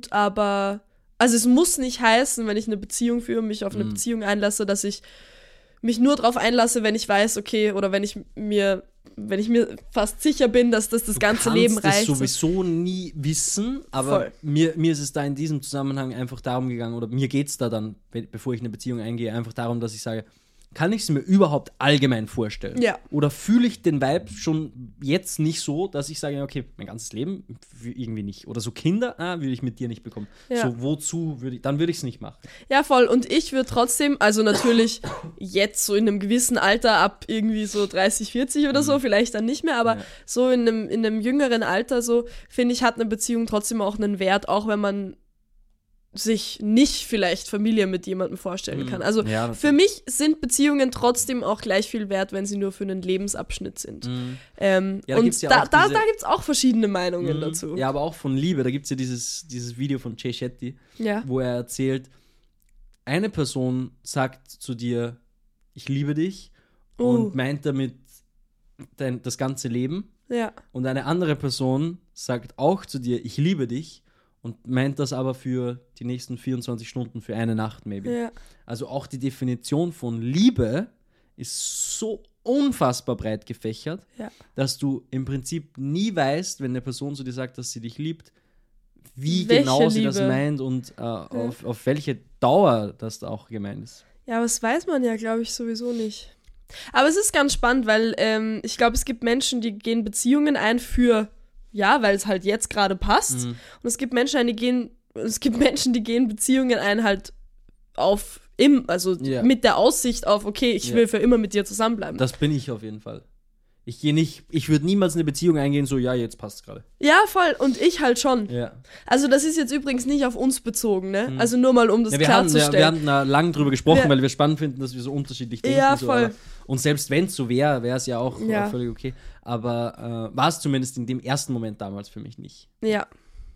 also es muss nicht heißen, wenn ich eine Beziehung führe, mich auf eine Beziehung einlasse, dass ich mich nur darauf einlasse, wenn ich weiß, okay, oder wenn ich mir fast sicher bin, dass das ganze Leben reicht. Du kannst es sowieso nie wissen, aber mir ist es da in diesem Zusammenhang einfach darum gegangen, oder mir geht es da dann, bevor ich eine Beziehung eingehe, einfach darum, dass ich sage, kann ich es mir überhaupt allgemein vorstellen? Ja. Oder fühle ich den Vibe schon jetzt nicht so, dass ich sage, okay, mein ganzes Leben irgendwie nicht. Oder so Kinder, würde ich mit dir nicht bekommen. Ja. So, wozu würde ich es nicht machen. Ja, voll. Und ich würde trotzdem, also natürlich jetzt so in einem gewissen Alter, ab irgendwie so 30, 40 oder so, vielleicht dann nicht mehr, aber so in einem jüngeren Alter so, finde ich, hat eine Beziehung trotzdem auch einen Wert, auch wenn man sich nicht vielleicht Familie mit jemandem vorstellen kann. Also für mich sind Beziehungen trotzdem auch gleich viel wert, wenn sie nur für einen Lebensabschnitt sind. Und da gibt es auch verschiedene Meinungen dazu. Ja, aber auch von Liebe. Da gibt es ja dieses Video von Jay Shetty, wo er erzählt, eine Person sagt zu dir, ich liebe dich und meint damit das ganze Leben. Ja. Und eine andere Person sagt auch zu dir, ich liebe dich. Und meint das aber für die nächsten 24 Stunden, für eine Nacht maybe. Ja. Also auch die Definition von Liebe ist so unfassbar breit gefächert, dass du im Prinzip nie weißt, wenn eine Person zu dir sagt, dass sie dich liebt, wie welche genau sie Liebe das meint und auf welche Dauer das da auch gemeint ist. Ja, aber das weiß man ja, glaube ich, sowieso nicht. Aber es ist ganz spannend, weil ich glaube, es gibt Menschen, die gehen Beziehungen ein weil es halt jetzt gerade passt. Und es gibt Menschen, die gehen Beziehungen ein halt mit der Aussicht auf, okay, ich will für immer mit dir zusammenbleiben. Das bin ich auf jeden Fall. Ich würde niemals eine Beziehung eingehen, so, ja, jetzt passt es gerade. Ja, voll. Und ich halt schon. Ja. Also das ist jetzt übrigens nicht auf uns bezogen, ne? Also nur mal, um das klarzustellen. Wir haben da lang drüber gesprochen, weil wir spannend finden, dass wir so unterschiedlich denken. Ja, voll. Und selbst wenn es so wäre, wäre es ja auch völlig okay. Aber war es zumindest in dem ersten Moment damals für mich nicht. Ja.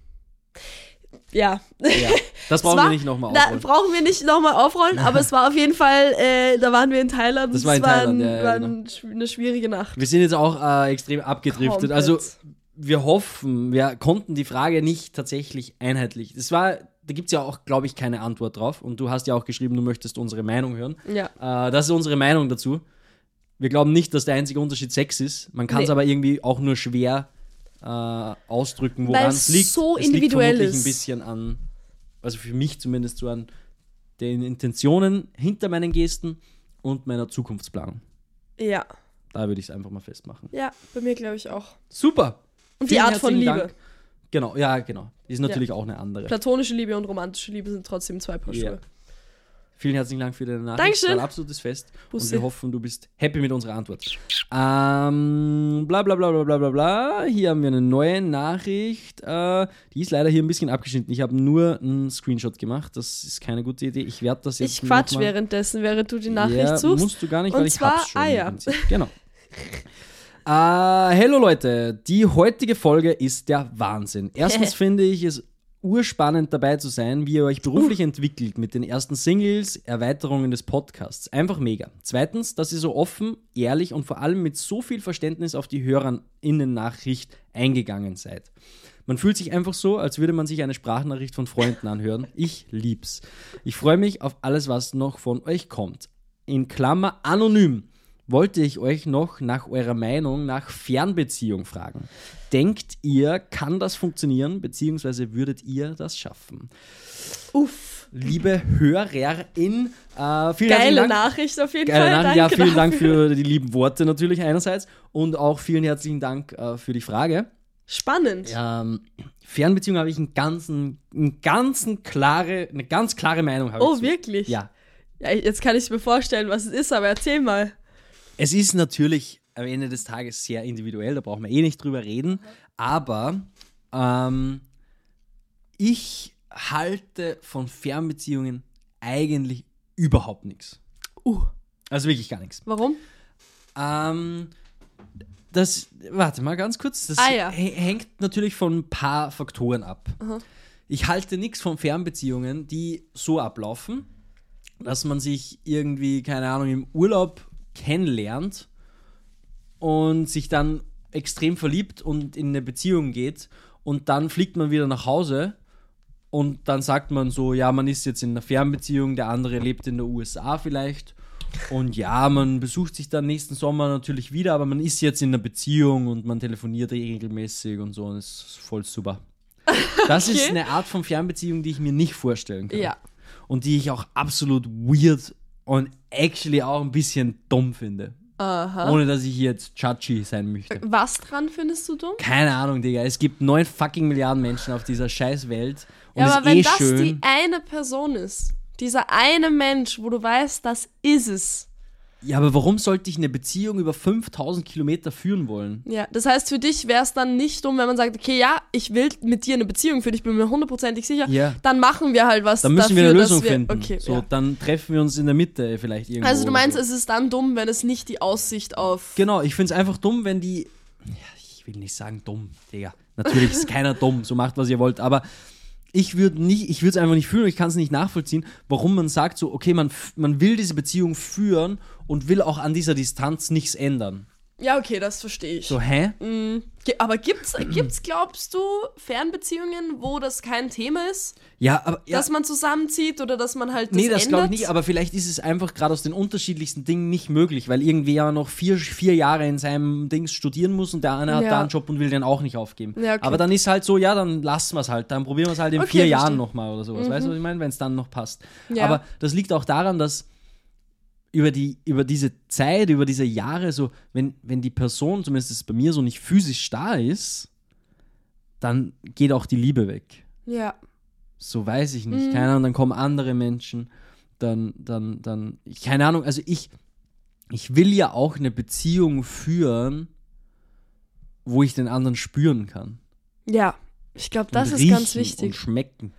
Das brauchen wir nicht nochmal aufrollen. Brauchen wir nicht nochmal aufrollen, aber es war auf jeden Fall, da waren wir in Thailand. Das war eine schwierige Nacht. Wir sind jetzt auch extrem abgedriftet. Komplett. Also wir hoffen, wir konnten die Frage nicht tatsächlich einheitlich. Da gibt es ja auch, glaube ich, keine Antwort drauf. Und du hast ja auch geschrieben, du möchtest unsere Meinung hören. Ja. Das ist unsere Meinung dazu. Wir glauben nicht, dass der einzige Unterschied Sex ist. Man kann es aber irgendwie auch nur schwer ausdrücken, woran es liegt. So individuell liegt vermutlich ein bisschen an, also für mich zumindest so an den Intentionen hinter meinen Gesten und meiner Zukunftsplanung. Ja. Da würde ich es einfach mal festmachen. Ja, bei mir glaube ich auch. Super. Und die Art von Liebe. Dank. Genau. Die ist natürlich auch eine andere. Platonische Liebe und romantische Liebe sind trotzdem zwei Paar Schuhe. Ja. Vielen herzlichen Dank für deine Nachricht. Dankeschön. Es war ein absolutes Fest. Bussi. Und wir hoffen, du bist happy mit unserer Antwort. Bla bla bla bla bla bla bla. Hier haben wir eine neue Nachricht. Die ist leider hier ein bisschen abgeschnitten. Ich habe nur einen Screenshot gemacht. Das ist keine gute Idee. Ich werde das jetzt Ich quatsch währenddessen, während du die Nachricht suchst. Musst du gar nicht, und weil zwar, ich hab's schon. Genau. Hello Leute, die heutige Folge ist der Wahnsinn. Erstens finde ich es urspannend dabei zu sein, wie ihr euch beruflich entwickelt mit den ersten Singles, Erweiterungen des Podcasts. Einfach mega. Zweitens, dass ihr so offen, ehrlich und vor allem mit so viel Verständnis auf die HörerInnen-Nachricht eingegangen seid. Man fühlt sich einfach so, als würde man sich eine Sprachnachricht von Freunden anhören. Ich lieb's. Ich freue mich auf alles, was noch von euch kommt. In Klammer anonym wollte ich euch noch nach eurer Meinung nach Fernbeziehung fragen. Denkt ihr, kann das funktionieren, beziehungsweise würdet ihr das schaffen? Uff. Liebe HörerIn, vielen Geile Nachricht auf jeden Fall. Danke ja, vielen Dank für die lieben Worte natürlich einerseits und auch vielen herzlichen Dank für die Frage. Spannend. Fernbeziehung habe ich eine ganz klare Meinung. Oh, wirklich? Ja. Jetzt kann ich mir vorstellen, was es ist, aber erzähl mal. Es ist natürlich am Ende des Tages sehr individuell, da brauchen wir nicht drüber reden, aber ich halte von Fernbeziehungen eigentlich überhaupt nichts. Also wirklich gar nichts. Warum? Warte mal ganz kurz, das hängt natürlich von ein paar Faktoren ab. Aha. Ich halte nichts von Fernbeziehungen, die so ablaufen, dass man sich irgendwie, keine Ahnung, im Urlaub kennenlernt und sich dann extrem verliebt und in eine Beziehung geht und dann fliegt man wieder nach Hause und dann sagt man so, ja, man ist jetzt in einer Fernbeziehung, der andere lebt in den USA vielleicht und ja, man besucht sich dann nächsten Sommer natürlich wieder, aber man ist jetzt in einer Beziehung und man telefoniert regelmäßig und so und das ist voll super. Das ist eine Art von Fernbeziehung, die ich mir nicht vorstellen kann. Ja. Und die ich auch absolut weird und actually auch ein bisschen dumm finde. Aha. Ohne, dass ich jetzt judgy sein möchte. Was dran findest du dumm? Keine Ahnung, Digga. Es gibt 9 fucking Milliarden Menschen auf dieser scheiß Welt. Und Ja, es aber wenn ist das schön. die eine Person ist, dieser eine Mensch, wo du weißt, das ist es. Ja, aber warum sollte ich eine Beziehung über 5000 Kilometer führen wollen? Ja, das heißt, für dich wäre es dann nicht dumm, wenn man sagt, okay, ja, ich will mit dir eine Beziehung führen, ich bin mir hundertprozentig sicher, Ja. dann machen wir halt was Dann müssen dafür, wir eine Lösung dass wir, finden. Okay, so, ja. dann treffen wir uns in der Mitte vielleicht irgendwo. Also du meinst, oder so. es ist dann dumm, wenn es nicht die Aussicht auf... Genau, ich finde es einfach dumm, wenn die... Ja, ich will nicht sagen dumm, Digga. Natürlich ist keiner dumm, so macht, was ihr wollt, aber ich würde es einfach nicht fühlen, ich kann es nicht nachvollziehen, warum man sagt so, okay, man will diese Beziehung führen und will auch an dieser Distanz nichts ändern. Ja, okay, das verstehe ich. So, hä? Aber gibt's, glaubst du, Fernbeziehungen, wo das kein Thema ist? Ja, aber... Ja, Dass man zusammenzieht oder dass man halt das nee, das glaube ich ändert? nicht, aber vielleicht ist es einfach gerade aus den unterschiedlichsten Dingen nicht möglich, weil irgendwie ja noch vier Jahre in seinem Dings studieren muss und der eine hat Ja. da einen Job und will den auch nicht aufgeben. Ja, okay. Aber dann ist halt so, ja, dann lassen wir es halt, dann probieren wir es halt in Okay, 4 Jahren verstehe. nochmal oder sowas. Weißt du, was ich meine? Wenn es dann noch passt. Ja. Aber das liegt auch daran, dass über diese Zeit, über diese Jahre, so, wenn die Person, zumindest ist es bei mir so, nicht physisch da ist, dann geht auch die Liebe weg. Ja. So weiß ich nicht. Keine Ahnung, dann kommen andere Menschen, dann, keine Ahnung, also ich will ja auch eine Beziehung führen, wo ich den anderen spüren kann. Ja, ich glaube, das Und ist riechen ganz wichtig. Und schmecken.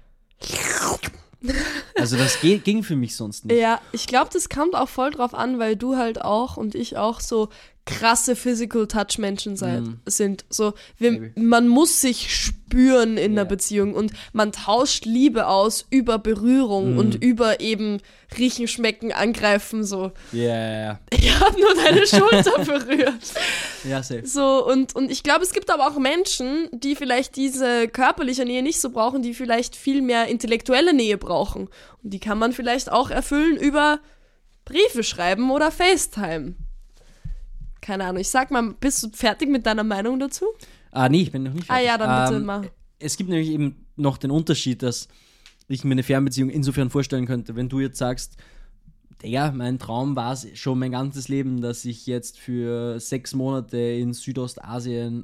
Also das ging für mich sonst nicht. Ja, ich glaube, das kommt auch voll drauf an, weil du halt auch und ich auch so krasse Physical Touch Menschen sind. So, man muss sich spüren in einer Beziehung und man tauscht Liebe aus über Berührung und über eben riechen, schmecken, angreifen, so. Yeah. Ich habe nur deine Schulter berührt. Ja, safe. So, und ich glaube, es gibt aber auch Menschen, die vielleicht diese körperliche Nähe nicht so brauchen, die vielleicht viel mehr intellektuelle Nähe brauchen. Und die kann man vielleicht auch erfüllen über Briefe schreiben oder FaceTime. Keine Ahnung, ich sag mal, bist du fertig mit deiner Meinung dazu? Nee, ich bin noch nicht fertig. Ja, dann bitte mach. Es gibt nämlich eben noch den Unterschied, dass ich mir eine Fernbeziehung insofern vorstellen könnte, wenn du jetzt sagst, ja, mein Traum war es schon mein ganzes Leben, dass ich jetzt für 6 Monate in Südostasien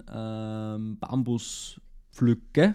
Bambus pflücke,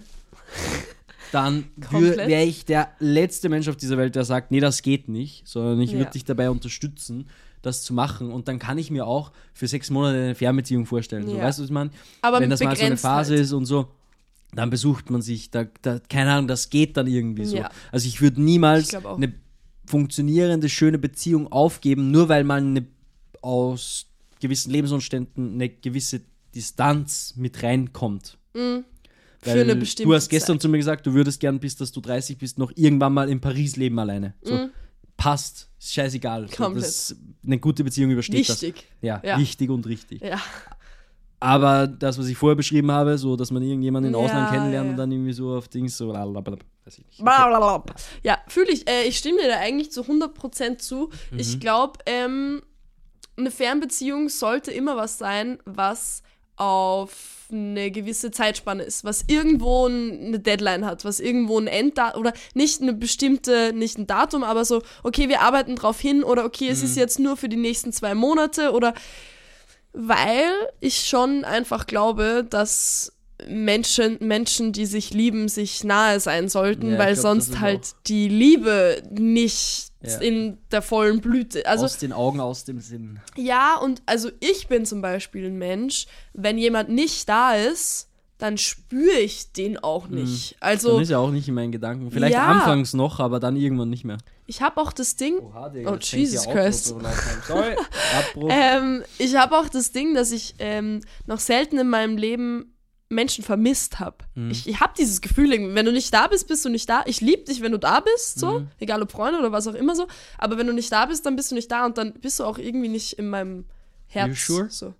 dann wäre ich der letzte Mensch auf dieser Welt, der sagt, nee, das geht nicht, sondern ich würde dich dabei unterstützen, das zu machen, und dann kann ich mir auch für 6 Monate eine Fernbeziehung vorstellen. So, weißt du, was ich meine? Aber wenn das mal so eine begrenzt Phase halt. ist und so, dann besucht man sich, keine Ahnung, das geht dann irgendwie so. Ja. Also ich würde niemals Ich glaub auch. eine funktionierende, schöne Beziehung aufgeben, nur weil man aus gewissen Lebensumständen eine gewisse Distanz mit reinkommt. Für Weil eine bestimmte du hast gestern Zeit. zu mir gesagt, du würdest gern, bis dass du 30 bist, noch irgendwann mal in Paris leben alleine. So, passt, ist scheißegal. So, Komplett. eine gute Beziehung übersteht Wichtig. das. Ja, Ja. wichtig und richtig. Ja. Aber das, was ich vorher beschrieben habe, so, dass man irgendjemanden im Ja, Ausland kennenlernt ja. und dann irgendwie so auf Dings so, weiß ich nicht. Blablabla. Ja, fühle ich. Ich stimme dir da eigentlich zu 100% zu. Ich glaube, eine Fernbeziehung sollte immer was sein, was auf eine gewisse Zeitspanne ist, was irgendwo eine Deadline hat, was irgendwo ein Enddatum oder nicht eine bestimmte, nicht ein Datum, aber so, okay, wir arbeiten drauf hin oder okay, es ist jetzt nur für die nächsten 2 Monate oder weil ich schon einfach glaube, dass Menschen, die sich lieben, sich nahe sein sollten, Ja, weil ich glaub, das sonst ist halt die Liebe nicht in der vollen Blüte. Also aus den Augen, aus dem Sinn. ja, und also ich bin zum Beispiel ein Mensch, wenn jemand nicht da ist, dann spüre ich den auch nicht. Also Dann ist ja auch nicht in meinen Gedanken. Vielleicht Ja. anfangs noch, aber dann irgendwann nicht mehr. ich habe auch das Ding, Digga, oh jetzt fängt Jesus hier Christ. Outro so langsam. Sorry, Abbruch. Ich habe auch das Ding, dass ich noch selten in meinem Leben Menschen vermisst habe. Ich habe dieses Gefühl, wenn du nicht da bist, bist du nicht da. Ich liebe dich, wenn du da bist, so, egal ob Freunde oder was auch immer so, aber wenn du nicht da bist, dann bist du nicht da und dann bist du auch irgendwie nicht in meinem Herz. You sure? So.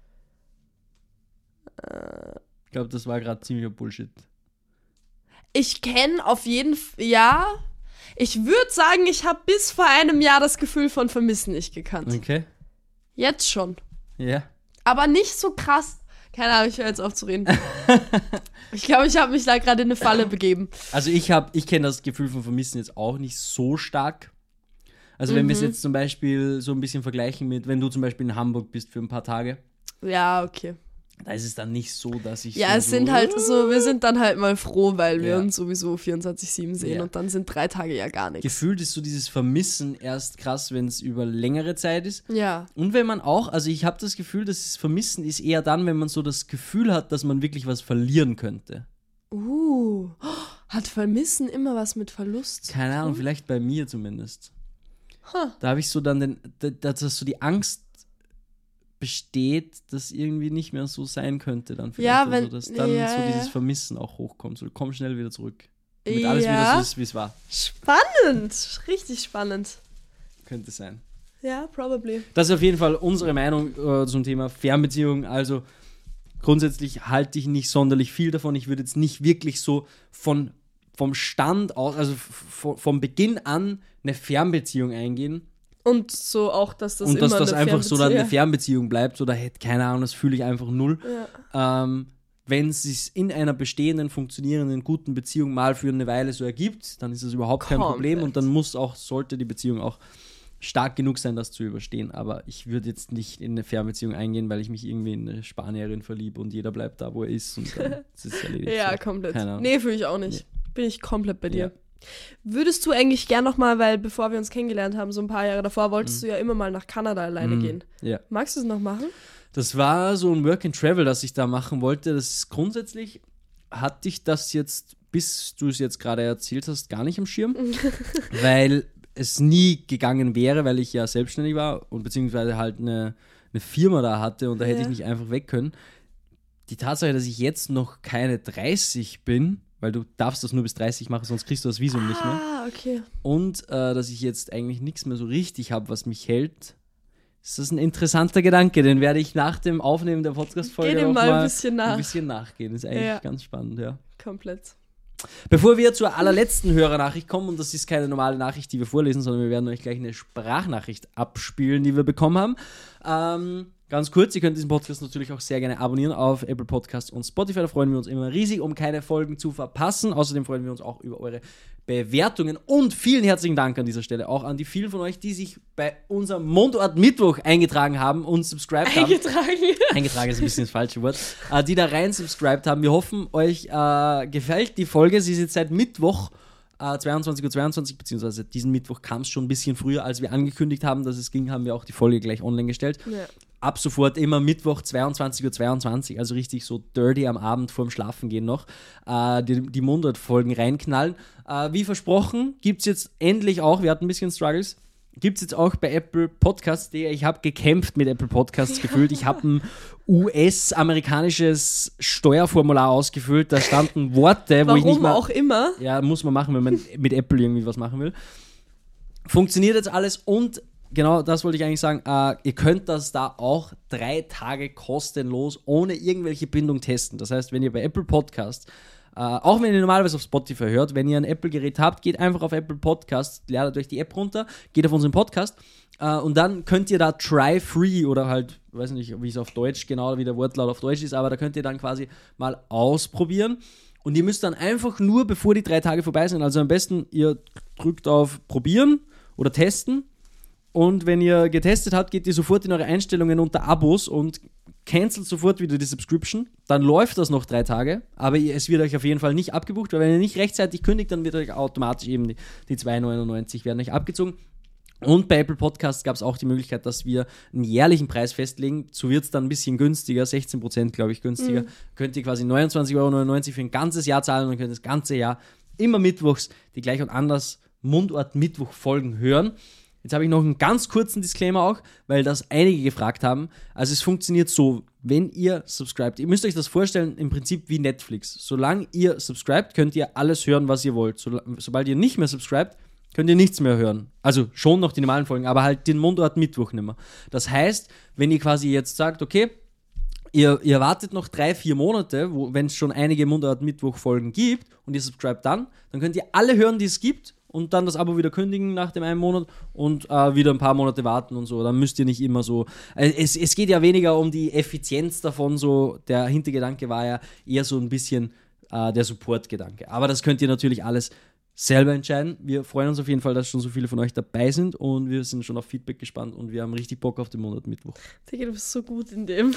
Ich glaube, das war gerade ziemlicher Bullshit. Ich kenne auf jeden Fall, ja, ich würde sagen, ich habe bis vor einem Jahr das Gefühl von Vermissen nicht gekannt. Okay. Jetzt schon. Ja. Aber nicht so krass. Keine Ahnung, ich höre jetzt auf zu reden. Ich glaube, ich habe mich da gerade in eine Falle begeben. Also ich kenne das Gefühl von Vermissen jetzt auch nicht so stark. Also wenn wir es jetzt zum Beispiel so ein bisschen vergleichen mit, wenn du zum Beispiel in Hamburg bist für ein paar Tage. Ja, okay. Da ist es dann nicht so, dass ich ja, es so sind halt so, wir sind dann halt mal froh, weil wir uns sowieso 24/7 sehen und dann sind 3 Tage ja gar nichts. Gefühlt ist so dieses Vermissen erst krass, wenn es über längere Zeit ist. Ja. Und wenn man auch, also ich habe das Gefühl, das Vermissen ist eher dann, wenn man so das Gefühl hat, dass man wirklich was verlieren könnte. Hat Vermissen immer was mit Verlust? Keine Ahnung, vielleicht bei mir zumindest. Da habe ich so dann dass so die Angst besteht, dass irgendwie nicht mehr so sein könnte dann vielleicht. Ja, also, dass dann so dieses Vermissen auch hochkommt. So, komm schnell wieder zurück. Damit alles wieder so ist, wie es war. Spannend. Richtig spannend. Könnte sein. Ja, probably. Das ist auf jeden Fall unsere Meinung zum Thema Fernbeziehung. Also grundsätzlich halte ich nicht sonderlich viel davon. Ich würde jetzt nicht wirklich so vom Stand aus, also vom Beginn an eine Fernbeziehung eingehen. Und so auch, dass das und immer dass das eine einfach so dann eine Fernbeziehung bleibt oder keine Ahnung, das fühle ich einfach null. Ja. Wenn es sich in einer bestehenden, funktionierenden, guten Beziehung mal für eine Weile so ergibt, dann ist das überhaupt kein Problem und dann sollte die Beziehung auch stark genug sein, das zu überstehen. Aber ich würde jetzt nicht in eine Fernbeziehung eingehen, weil ich mich irgendwie in eine Spanierin verliebe und jeder bleibt da, wo er ist und dann ist es erledigt. Ja, so. komplett. Keine Ahnung. Nee, fühle ich auch nicht. Nee. Bin ich komplett bei dir. Ja. Würdest du eigentlich gern nochmal, weil bevor wir uns kennengelernt haben, so ein paar Jahre davor, wolltest du ja immer mal nach Kanada alleine gehen. Ja. Magst du es noch machen? Das war so ein Work and Travel, das ich da machen wollte. Das ist grundsätzlich, hatte ich das jetzt, bis du es jetzt gerade erzählt hast, gar nicht am Schirm, weil es nie gegangen wäre, weil ich ja selbstständig war und beziehungsweise halt eine Firma da hatte und da hätte ich nicht einfach weg können. Die Tatsache, dass ich jetzt noch keine 30 bin, weil du darfst das nur bis 30 machen, sonst kriegst du das Visum nicht mehr. Okay. Und dass ich jetzt eigentlich nichts mehr so richtig habe, was mich hält, ist das ein interessanter Gedanke. Den werde ich nach dem Aufnehmen der Podcast-Folge auch mal ein bisschen nachgehen. Das ist eigentlich ganz spannend, ja. Komplett. Bevor wir zur allerletzten Hörernachricht kommen, und das ist keine normale Nachricht, die wir vorlesen, sondern wir werden euch gleich eine Sprachnachricht abspielen, die wir bekommen haben. Ganz kurz, ihr könnt diesen Podcast natürlich auch sehr gerne abonnieren auf Apple Podcasts und Spotify. Da freuen wir uns immer riesig, um keine Folgen zu verpassen. Außerdem freuen wir uns auch über eure Bewertungen. Und vielen herzlichen Dank an dieser Stelle auch an die vielen von euch, die sich bei unserem Mundart Mittwoch eingetragen haben und subscribed haben. Eingetragen ist ein bisschen das falsche Wort. Die da rein subscribed haben. Wir hoffen, euch gefällt die Folge. Sie ist jetzt seit Mittwoch 22:22 Uhr, beziehungsweise diesen Mittwoch kam es schon ein bisschen früher, als wir angekündigt haben, dass es ging, haben wir auch die Folge gleich online gestellt. Ja. Ab sofort immer Mittwoch 22:22 Uhr, also richtig so dirty am Abend vorm Schlafengehen noch, die Mundart-Folgen reinknallen. Wie versprochen, gibt es jetzt endlich auch, wir hatten ein bisschen Struggles, gibt es jetzt auch bei Apple Podcasts. Ich habe gekämpft mit Apple Podcasts gefühlt. Ich habe ein US-amerikanisches Steuerformular ausgefüllt. Da standen Worte, wo ich nicht mal... Warum auch immer. Ja, muss man machen, wenn man mit Apple irgendwie was machen will. Funktioniert jetzt alles und genau das wollte ich eigentlich sagen. Ihr könnt das da auch 3 Tage kostenlos ohne irgendwelche Bindung testen. Das heißt, wenn ihr bei Apple Podcasts auch wenn ihr normalerweise auf Spotify hört, wenn ihr ein Apple-Gerät habt, geht einfach auf Apple Podcasts, ladet euch die App runter, geht auf unseren Podcast und dann könnt ihr da Try Free oder halt, weiß nicht, wie es auf Deutsch genau, wie der Wortlaut auf Deutsch ist, aber da könnt ihr dann quasi mal ausprobieren und ihr müsst dann einfach nur, bevor die 3 Tage vorbei sind, also am besten, ihr drückt auf Probieren oder Testen und wenn ihr getestet habt, geht ihr sofort in eure Einstellungen unter Abos und cancelt sofort wieder die Subscription, dann läuft das noch 3 Tage, aber es wird euch auf jeden Fall nicht abgebucht, weil wenn ihr nicht rechtzeitig kündigt, dann wird euch automatisch eben die 2,99 werden euch abgezogen. Und bei Apple Podcasts gab es auch die Möglichkeit, dass wir einen jährlichen Preis festlegen. So wird es dann ein bisschen günstiger, 16% glaube ich günstiger. Könnt ihr quasi 29,99 € für ein ganzes Jahr zahlen und könnt das ganze Jahr immer mittwochs die Gleich und Anders Mundart-Mittwoch-Folgen hören. Jetzt habe ich noch einen ganz kurzen Disclaimer auch, weil das einige gefragt haben. Also es funktioniert so, wenn ihr subscribt. Ihr müsst euch das vorstellen, im Prinzip wie Netflix. Solange ihr subscribt, könnt ihr alles hören, was ihr wollt. Sobald ihr nicht mehr subscribt, könnt ihr nichts mehr hören. Also schon noch die normalen Folgen, aber halt den Mundart Mittwoch nicht mehr. Das heißt, wenn ihr quasi jetzt sagt, okay, ihr wartet noch 3-4 Monate, wenn es schon einige Mundart Mittwoch Folgen gibt und ihr subscribt dann könnt ihr alle hören, die es gibt. Und dann das Abo wieder kündigen nach dem einen Monat und wieder ein paar Monate warten und so. Dann müsst ihr nicht immer so... Es geht ja weniger um die Effizienz davon, so der Hintergedanke war ja eher so ein bisschen der Support-Gedanke. Aber das könnt ihr natürlich alles selber entscheiden. Wir freuen uns auf jeden Fall, dass schon so viele von euch dabei sind und wir sind schon auf Feedback gespannt und wir haben richtig Bock auf den Monat Mittwoch. Digga, du bist so gut in dem.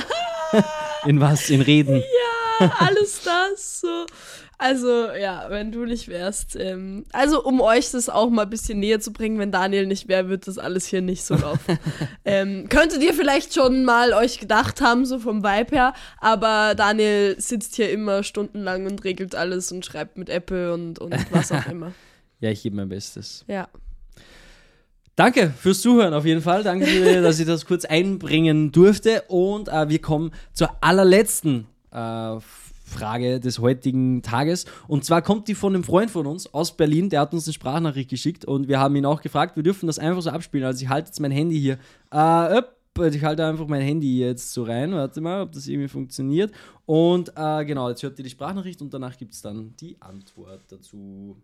In was? In Reden? Ja, alles das. So. Also, ja, wenn du nicht wärst. Also, um euch das auch mal ein bisschen näher zu bringen, wenn Daniel nicht wäre, wird das alles hier nicht so laufen. Könntet ihr vielleicht schon mal euch gedacht haben, so vom Vibe her, aber Daniel sitzt hier immer stundenlang und regelt alles und schreibt mit Apple und was auch immer. Ja, ich gebe mein Bestes. Ja. Danke fürs Zuhören auf jeden Fall. Danke, dass ich das kurz einbringen durfte. Und wir kommen zur allerletzten Frage des heutigen Tages. Und zwar kommt die von einem Freund von uns aus Berlin. Der hat uns eine Sprachnachricht geschickt und wir haben ihn auch gefragt, wir dürfen das einfach so abspielen. Also ich halte jetzt mein Handy hier. Ich halte einfach mein Handy jetzt so rein. Warte mal, ob das irgendwie funktioniert. Und genau, jetzt hört ihr die Sprachnachricht und danach gibt es dann die Antwort dazu.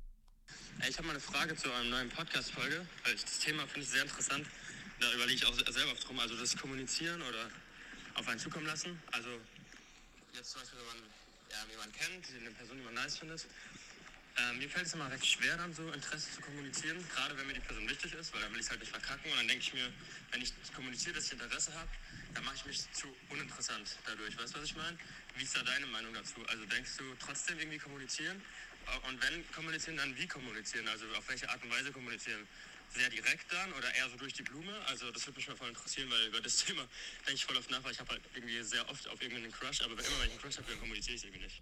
Ich habe mal eine Frage zu einer neuen Podcast-Folge, weil das Thema finde ich sehr interessant. Da überlege ich auch selber oft drum, also das Kommunizieren oder auf einen zukommen lassen. Also jetzt zum Beispiel, wenn man jemanden kennt, eine Person, die man nice findet. Mir fällt es immer recht schwer, dann so Interesse zu kommunizieren, gerade wenn mir die Person wichtig ist, weil dann will ich es halt nicht verkacken und dann denke ich mir, wenn ich kommuniziere, dass ich Interesse habe, dann mache ich mich zu uninteressant dadurch. Weißt du, was ich meine? Wie ist da deine Meinung dazu? Also denkst du trotzdem irgendwie kommunizieren? Und wenn kommunizieren, dann wie kommunizieren? Also auf welche Art und Weise kommunizieren? Sehr direkt dann oder eher so durch die Blume? Also das würde mich mal voll interessieren, weil über das Thema denke ich voll oft nach, weil ich habe halt irgendwie sehr oft auf irgendeinen Crush, aber wenn ich einen Crush habe, dann kommuniziere ich irgendwie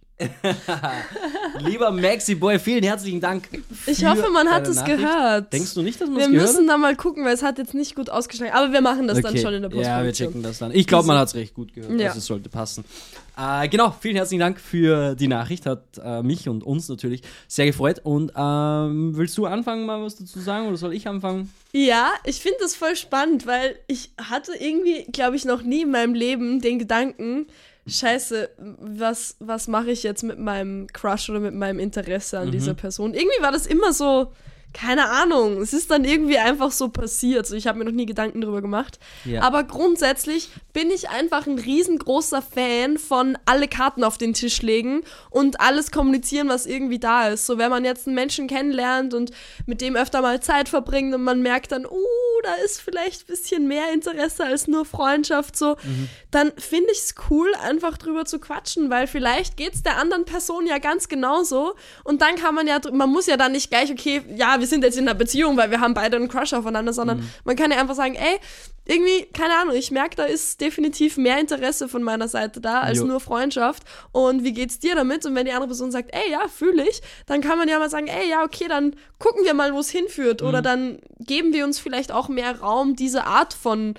nicht. Lieber Maxi Boy, vielen herzlichen Dank. Ich hoffe, man hat es gehört. Denkst du nicht, dass man es gehört hat? Wir müssen hat? da mal gucken, weil es hat jetzt nicht gut ausgeschlagen. Aber wir machen das dann schon in der Postproduktion. Ja, wir checken das dann. Ich glaube, man hat es recht gut gehört. Ja. Also es sollte passen. Genau, vielen herzlichen Dank für die Nachricht. Hat mich und uns natürlich sehr gefreut. Und willst du anfangen, mal was dazu sagen oder soll ich anfangen? Ja, ich finde das voll spannend, weil ich hatte irgendwie, glaube ich, noch nie in meinem Leben den Gedanken, Scheiße, was mache ich jetzt mit meinem Crush oder mit meinem Interesse an dieser Person? Irgendwie war das immer so, keine Ahnung, es ist dann irgendwie einfach so passiert. So, ich habe mir noch nie Gedanken darüber gemacht. Ja. Aber grundsätzlich bin ich einfach ein riesengroßer Fan von alle Karten auf den Tisch legen und alles kommunizieren, was irgendwie da ist. So, wenn man jetzt einen Menschen kennenlernt und mit dem öfter mal Zeit verbringt und man merkt dann, da ist vielleicht ein bisschen mehr Interesse als nur Freundschaft, so, dann finde ich es cool, einfach drüber zu quatschen, weil vielleicht geht es der anderen Person ja ganz genauso und dann kann man muss ja dann nicht gleich, okay, ja, wir sind jetzt in einer Beziehung, weil wir haben beide einen Crush aufeinander, sondern man kann ja einfach sagen, ey, irgendwie, keine Ahnung, ich merke, da ist definitiv mehr Interesse von meiner Seite da als nur Freundschaft und wie geht's dir damit? Und wenn die andere Person sagt, ey, ja, fühle ich, dann kann man ja mal sagen, ey, ja, okay, dann gucken wir mal, wo es hinführt oder dann geben wir uns vielleicht auch mehr Raum, diese Art von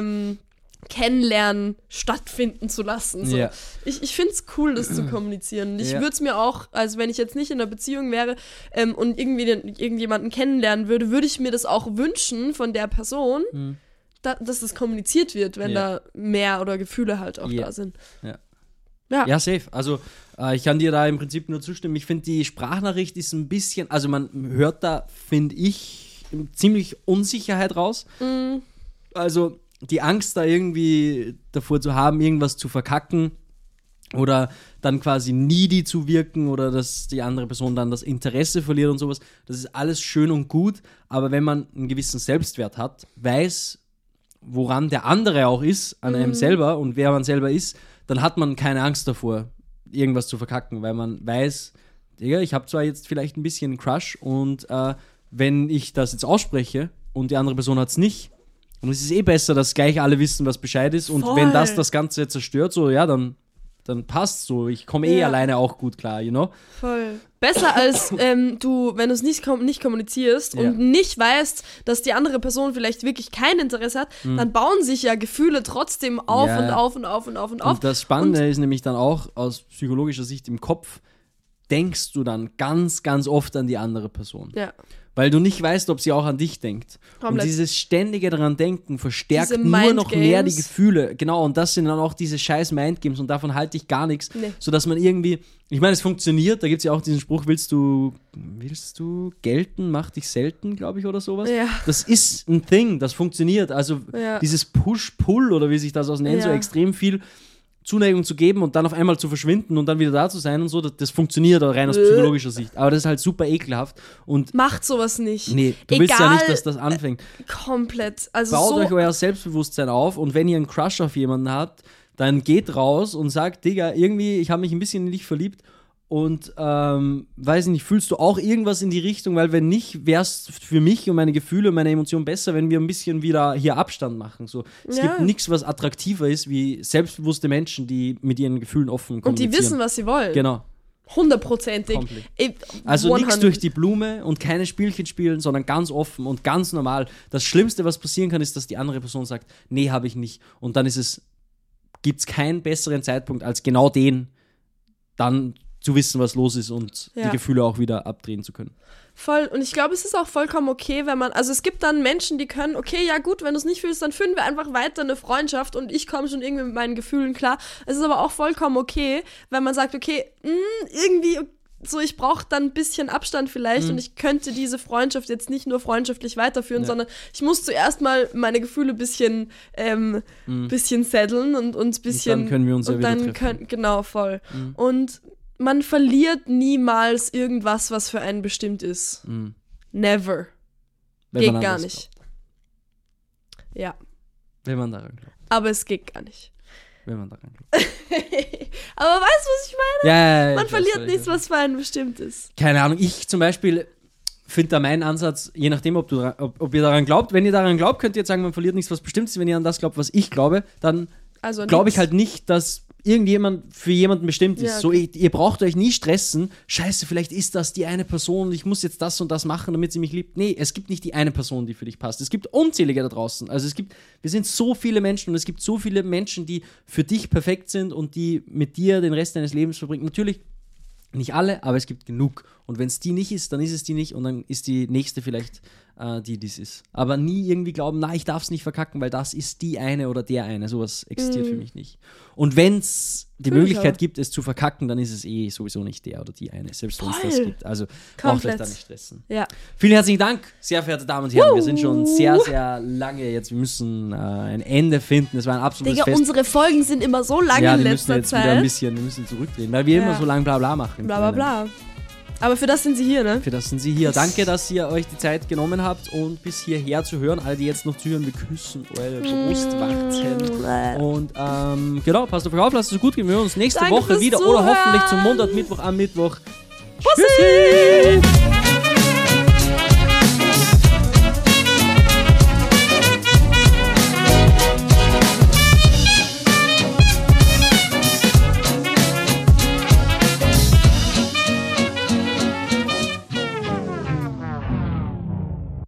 Kennenlernen stattfinden zu lassen. So. Yeah. Ich finde es cool, das zu kommunizieren. Ich würde es mir auch, also wenn ich jetzt nicht in einer Beziehung wäre und irgendjemanden kennenlernen würde ich mir das auch wünschen von der Person, dass das kommuniziert wird, wenn da mehr oder Gefühle halt auch da sind. Ja, safe. Also ich kann dir da im Prinzip nur zustimmen. Ich finde, die Sprachnachricht ist ein bisschen, also man hört da, finde ich, ziemlich Unsicherheit raus. Also die Angst da irgendwie davor zu haben, irgendwas zu verkacken oder dann quasi needy zu wirken oder dass die andere Person dann das Interesse verliert und sowas, das ist alles schön und gut, aber wenn man einen gewissen Selbstwert hat, weiß, woran der andere auch ist, an einem selber und wer man selber ist, dann hat man keine Angst davor, irgendwas zu verkacken, weil man weiß, Digga, ich habe zwar jetzt vielleicht ein bisschen einen Crush und wenn ich das jetzt ausspreche und die andere Person hat es nicht, und es ist besser, dass gleich alle wissen, was Bescheid ist. Und wenn das Ganze zerstört, so, ja, dann passt so. Ich komme alleine auch gut klar, you know? Voll. Besser als wenn du es nicht kommunizierst und nicht weißt, dass die andere Person vielleicht wirklich kein Interesse hat, dann bauen sich ja Gefühle trotzdem auf und auf und auf und auf und auf. Und das Spannende ist nämlich dann auch aus psychologischer Sicht im Kopf, denkst du dann ganz, ganz oft an die andere Person. Ja. Weil du nicht weißt, ob sie auch an dich denkt. Und dieses ständige daran denken verstärkt nur noch mehr die Gefühle. Genau, und das sind dann auch diese scheiß Mindgames und davon halte ich gar nichts. Nee. Sodass man irgendwie, ich meine, es funktioniert, da gibt es ja auch diesen Spruch, willst du gelten, mach dich selten, glaube ich, oder sowas. Ja. Das ist ein Thing, das funktioniert. Also dieses Push-Pull oder wie sich das nennt, so extrem viel Zuneigung zu geben und dann auf einmal zu verschwinden und dann wieder da zu sein und so, das funktioniert auch rein aus psychologischer Sicht. Aber das ist halt super ekelhaft. Und macht sowas nicht. Nee, du willst ja nicht, dass das anfängt. Komplett. Also baut euch euer Selbstbewusstsein auf und wenn ihr einen Crush auf jemanden habt, dann geht raus und sagt, Digga, irgendwie, ich habe mich ein bisschen in dich verliebt und weiß nicht, fühlst du auch irgendwas in die Richtung, weil wenn nicht, wäre es für mich und meine Gefühle und meine Emotionen besser, wenn wir ein bisschen wieder hier Abstand machen. So. Es gibt nichts, was attraktiver ist, wie selbstbewusste Menschen, die mit ihren Gefühlen offen kommunizieren. Und die wissen, was sie wollen. Genau. 100%ig. Also nichts durch die Blume und keine Spielchen spielen, sondern ganz offen und ganz normal. Das Schlimmste, was passieren kann, ist, dass die andere Person sagt, nee, habe ich nicht. Und dann gibt es keinen besseren Zeitpunkt als genau den, dann zu wissen, was los ist und die Gefühle auch wieder abdrehen zu können. Voll. Und ich glaube, es ist auch vollkommen okay, wenn man, also es gibt dann Menschen, die können, okay, ja gut, wenn du es nicht fühlst, dann führen wir einfach weiter eine Freundschaft und ich komme schon irgendwie mit meinen Gefühlen klar. Es ist aber auch vollkommen okay, wenn man sagt, okay, irgendwie so, ich brauche dann ein bisschen Abstand vielleicht und ich könnte diese Freundschaft jetzt nicht nur freundschaftlich weiterführen, sondern ich muss zuerst mal meine Gefühle ein bisschen setteln und ein bisschen. Und dann können wir uns ja wieder treffen. Genau, voll. Und man verliert niemals irgendwas, was für einen bestimmt ist. Never. Geht gar nicht. Ja. Wenn man daran glaubt. Aber es geht gar nicht. Wenn man daran glaubt. Aber weißt du, was ich meine? Ja, man verliert nichts, was für einen bestimmt ist. Keine Ahnung. Ich zum Beispiel finde da meinen Ansatz, je nachdem, ob ihr daran glaubt. Wenn ihr daran glaubt, könnt ihr jetzt sagen, man verliert nichts, was bestimmt ist. Wenn ihr an das glaubt, was ich glaube, dann glaube ich halt nicht, dass irgendjemand für jemanden bestimmt ist. Ja, okay. So, ihr braucht euch nie stressen. Scheiße, vielleicht ist das die eine Person und ich muss jetzt das und das machen, damit sie mich liebt. Nee, es gibt nicht die eine Person, die für dich passt. Es gibt unzählige da draußen. Also wir sind so viele Menschen und es gibt so viele Menschen, die für dich perfekt sind und die mit dir den Rest deines Lebens verbringen. Natürlich nicht alle, aber es gibt genug. Und wenn es die nicht ist, dann ist es die nicht und dann ist die nächste vielleicht die es ist. Aber nie irgendwie glauben, ich darf es nicht verkacken, weil das ist die eine oder der eine. Sowas existiert für mich nicht. Und wenn es die Möglichkeit gibt, es zu verkacken, dann ist es sowieso nicht der oder die eine, selbst wenn es das gibt. Also braucht euch da nicht stressen. Ja. Vielen herzlichen Dank, sehr verehrte Damen und Herren. Wir sind schon sehr, sehr lange jetzt. Wir müssen ein Ende finden. Es war ein absolutes Fest. Unsere Folgen sind immer so lange in letzter Zeit. Wir müssen zurückdrehen, weil wir immer so lange Blabla machen. Blablabla. Aber für das sind sie hier, ne? Für das sind sie hier. Danke, dass ihr euch die Zeit genommen habt und bis hierher zu hören. Alle, die jetzt noch zuhören, wir küssen eure Brustwarzen. Und genau, passt auf euch auf, lasst es gut gehen. Wir hören uns nächste Woche wieder oder hoffentlich zum Monat, Mittwoch am Mittwoch. Tschüssi!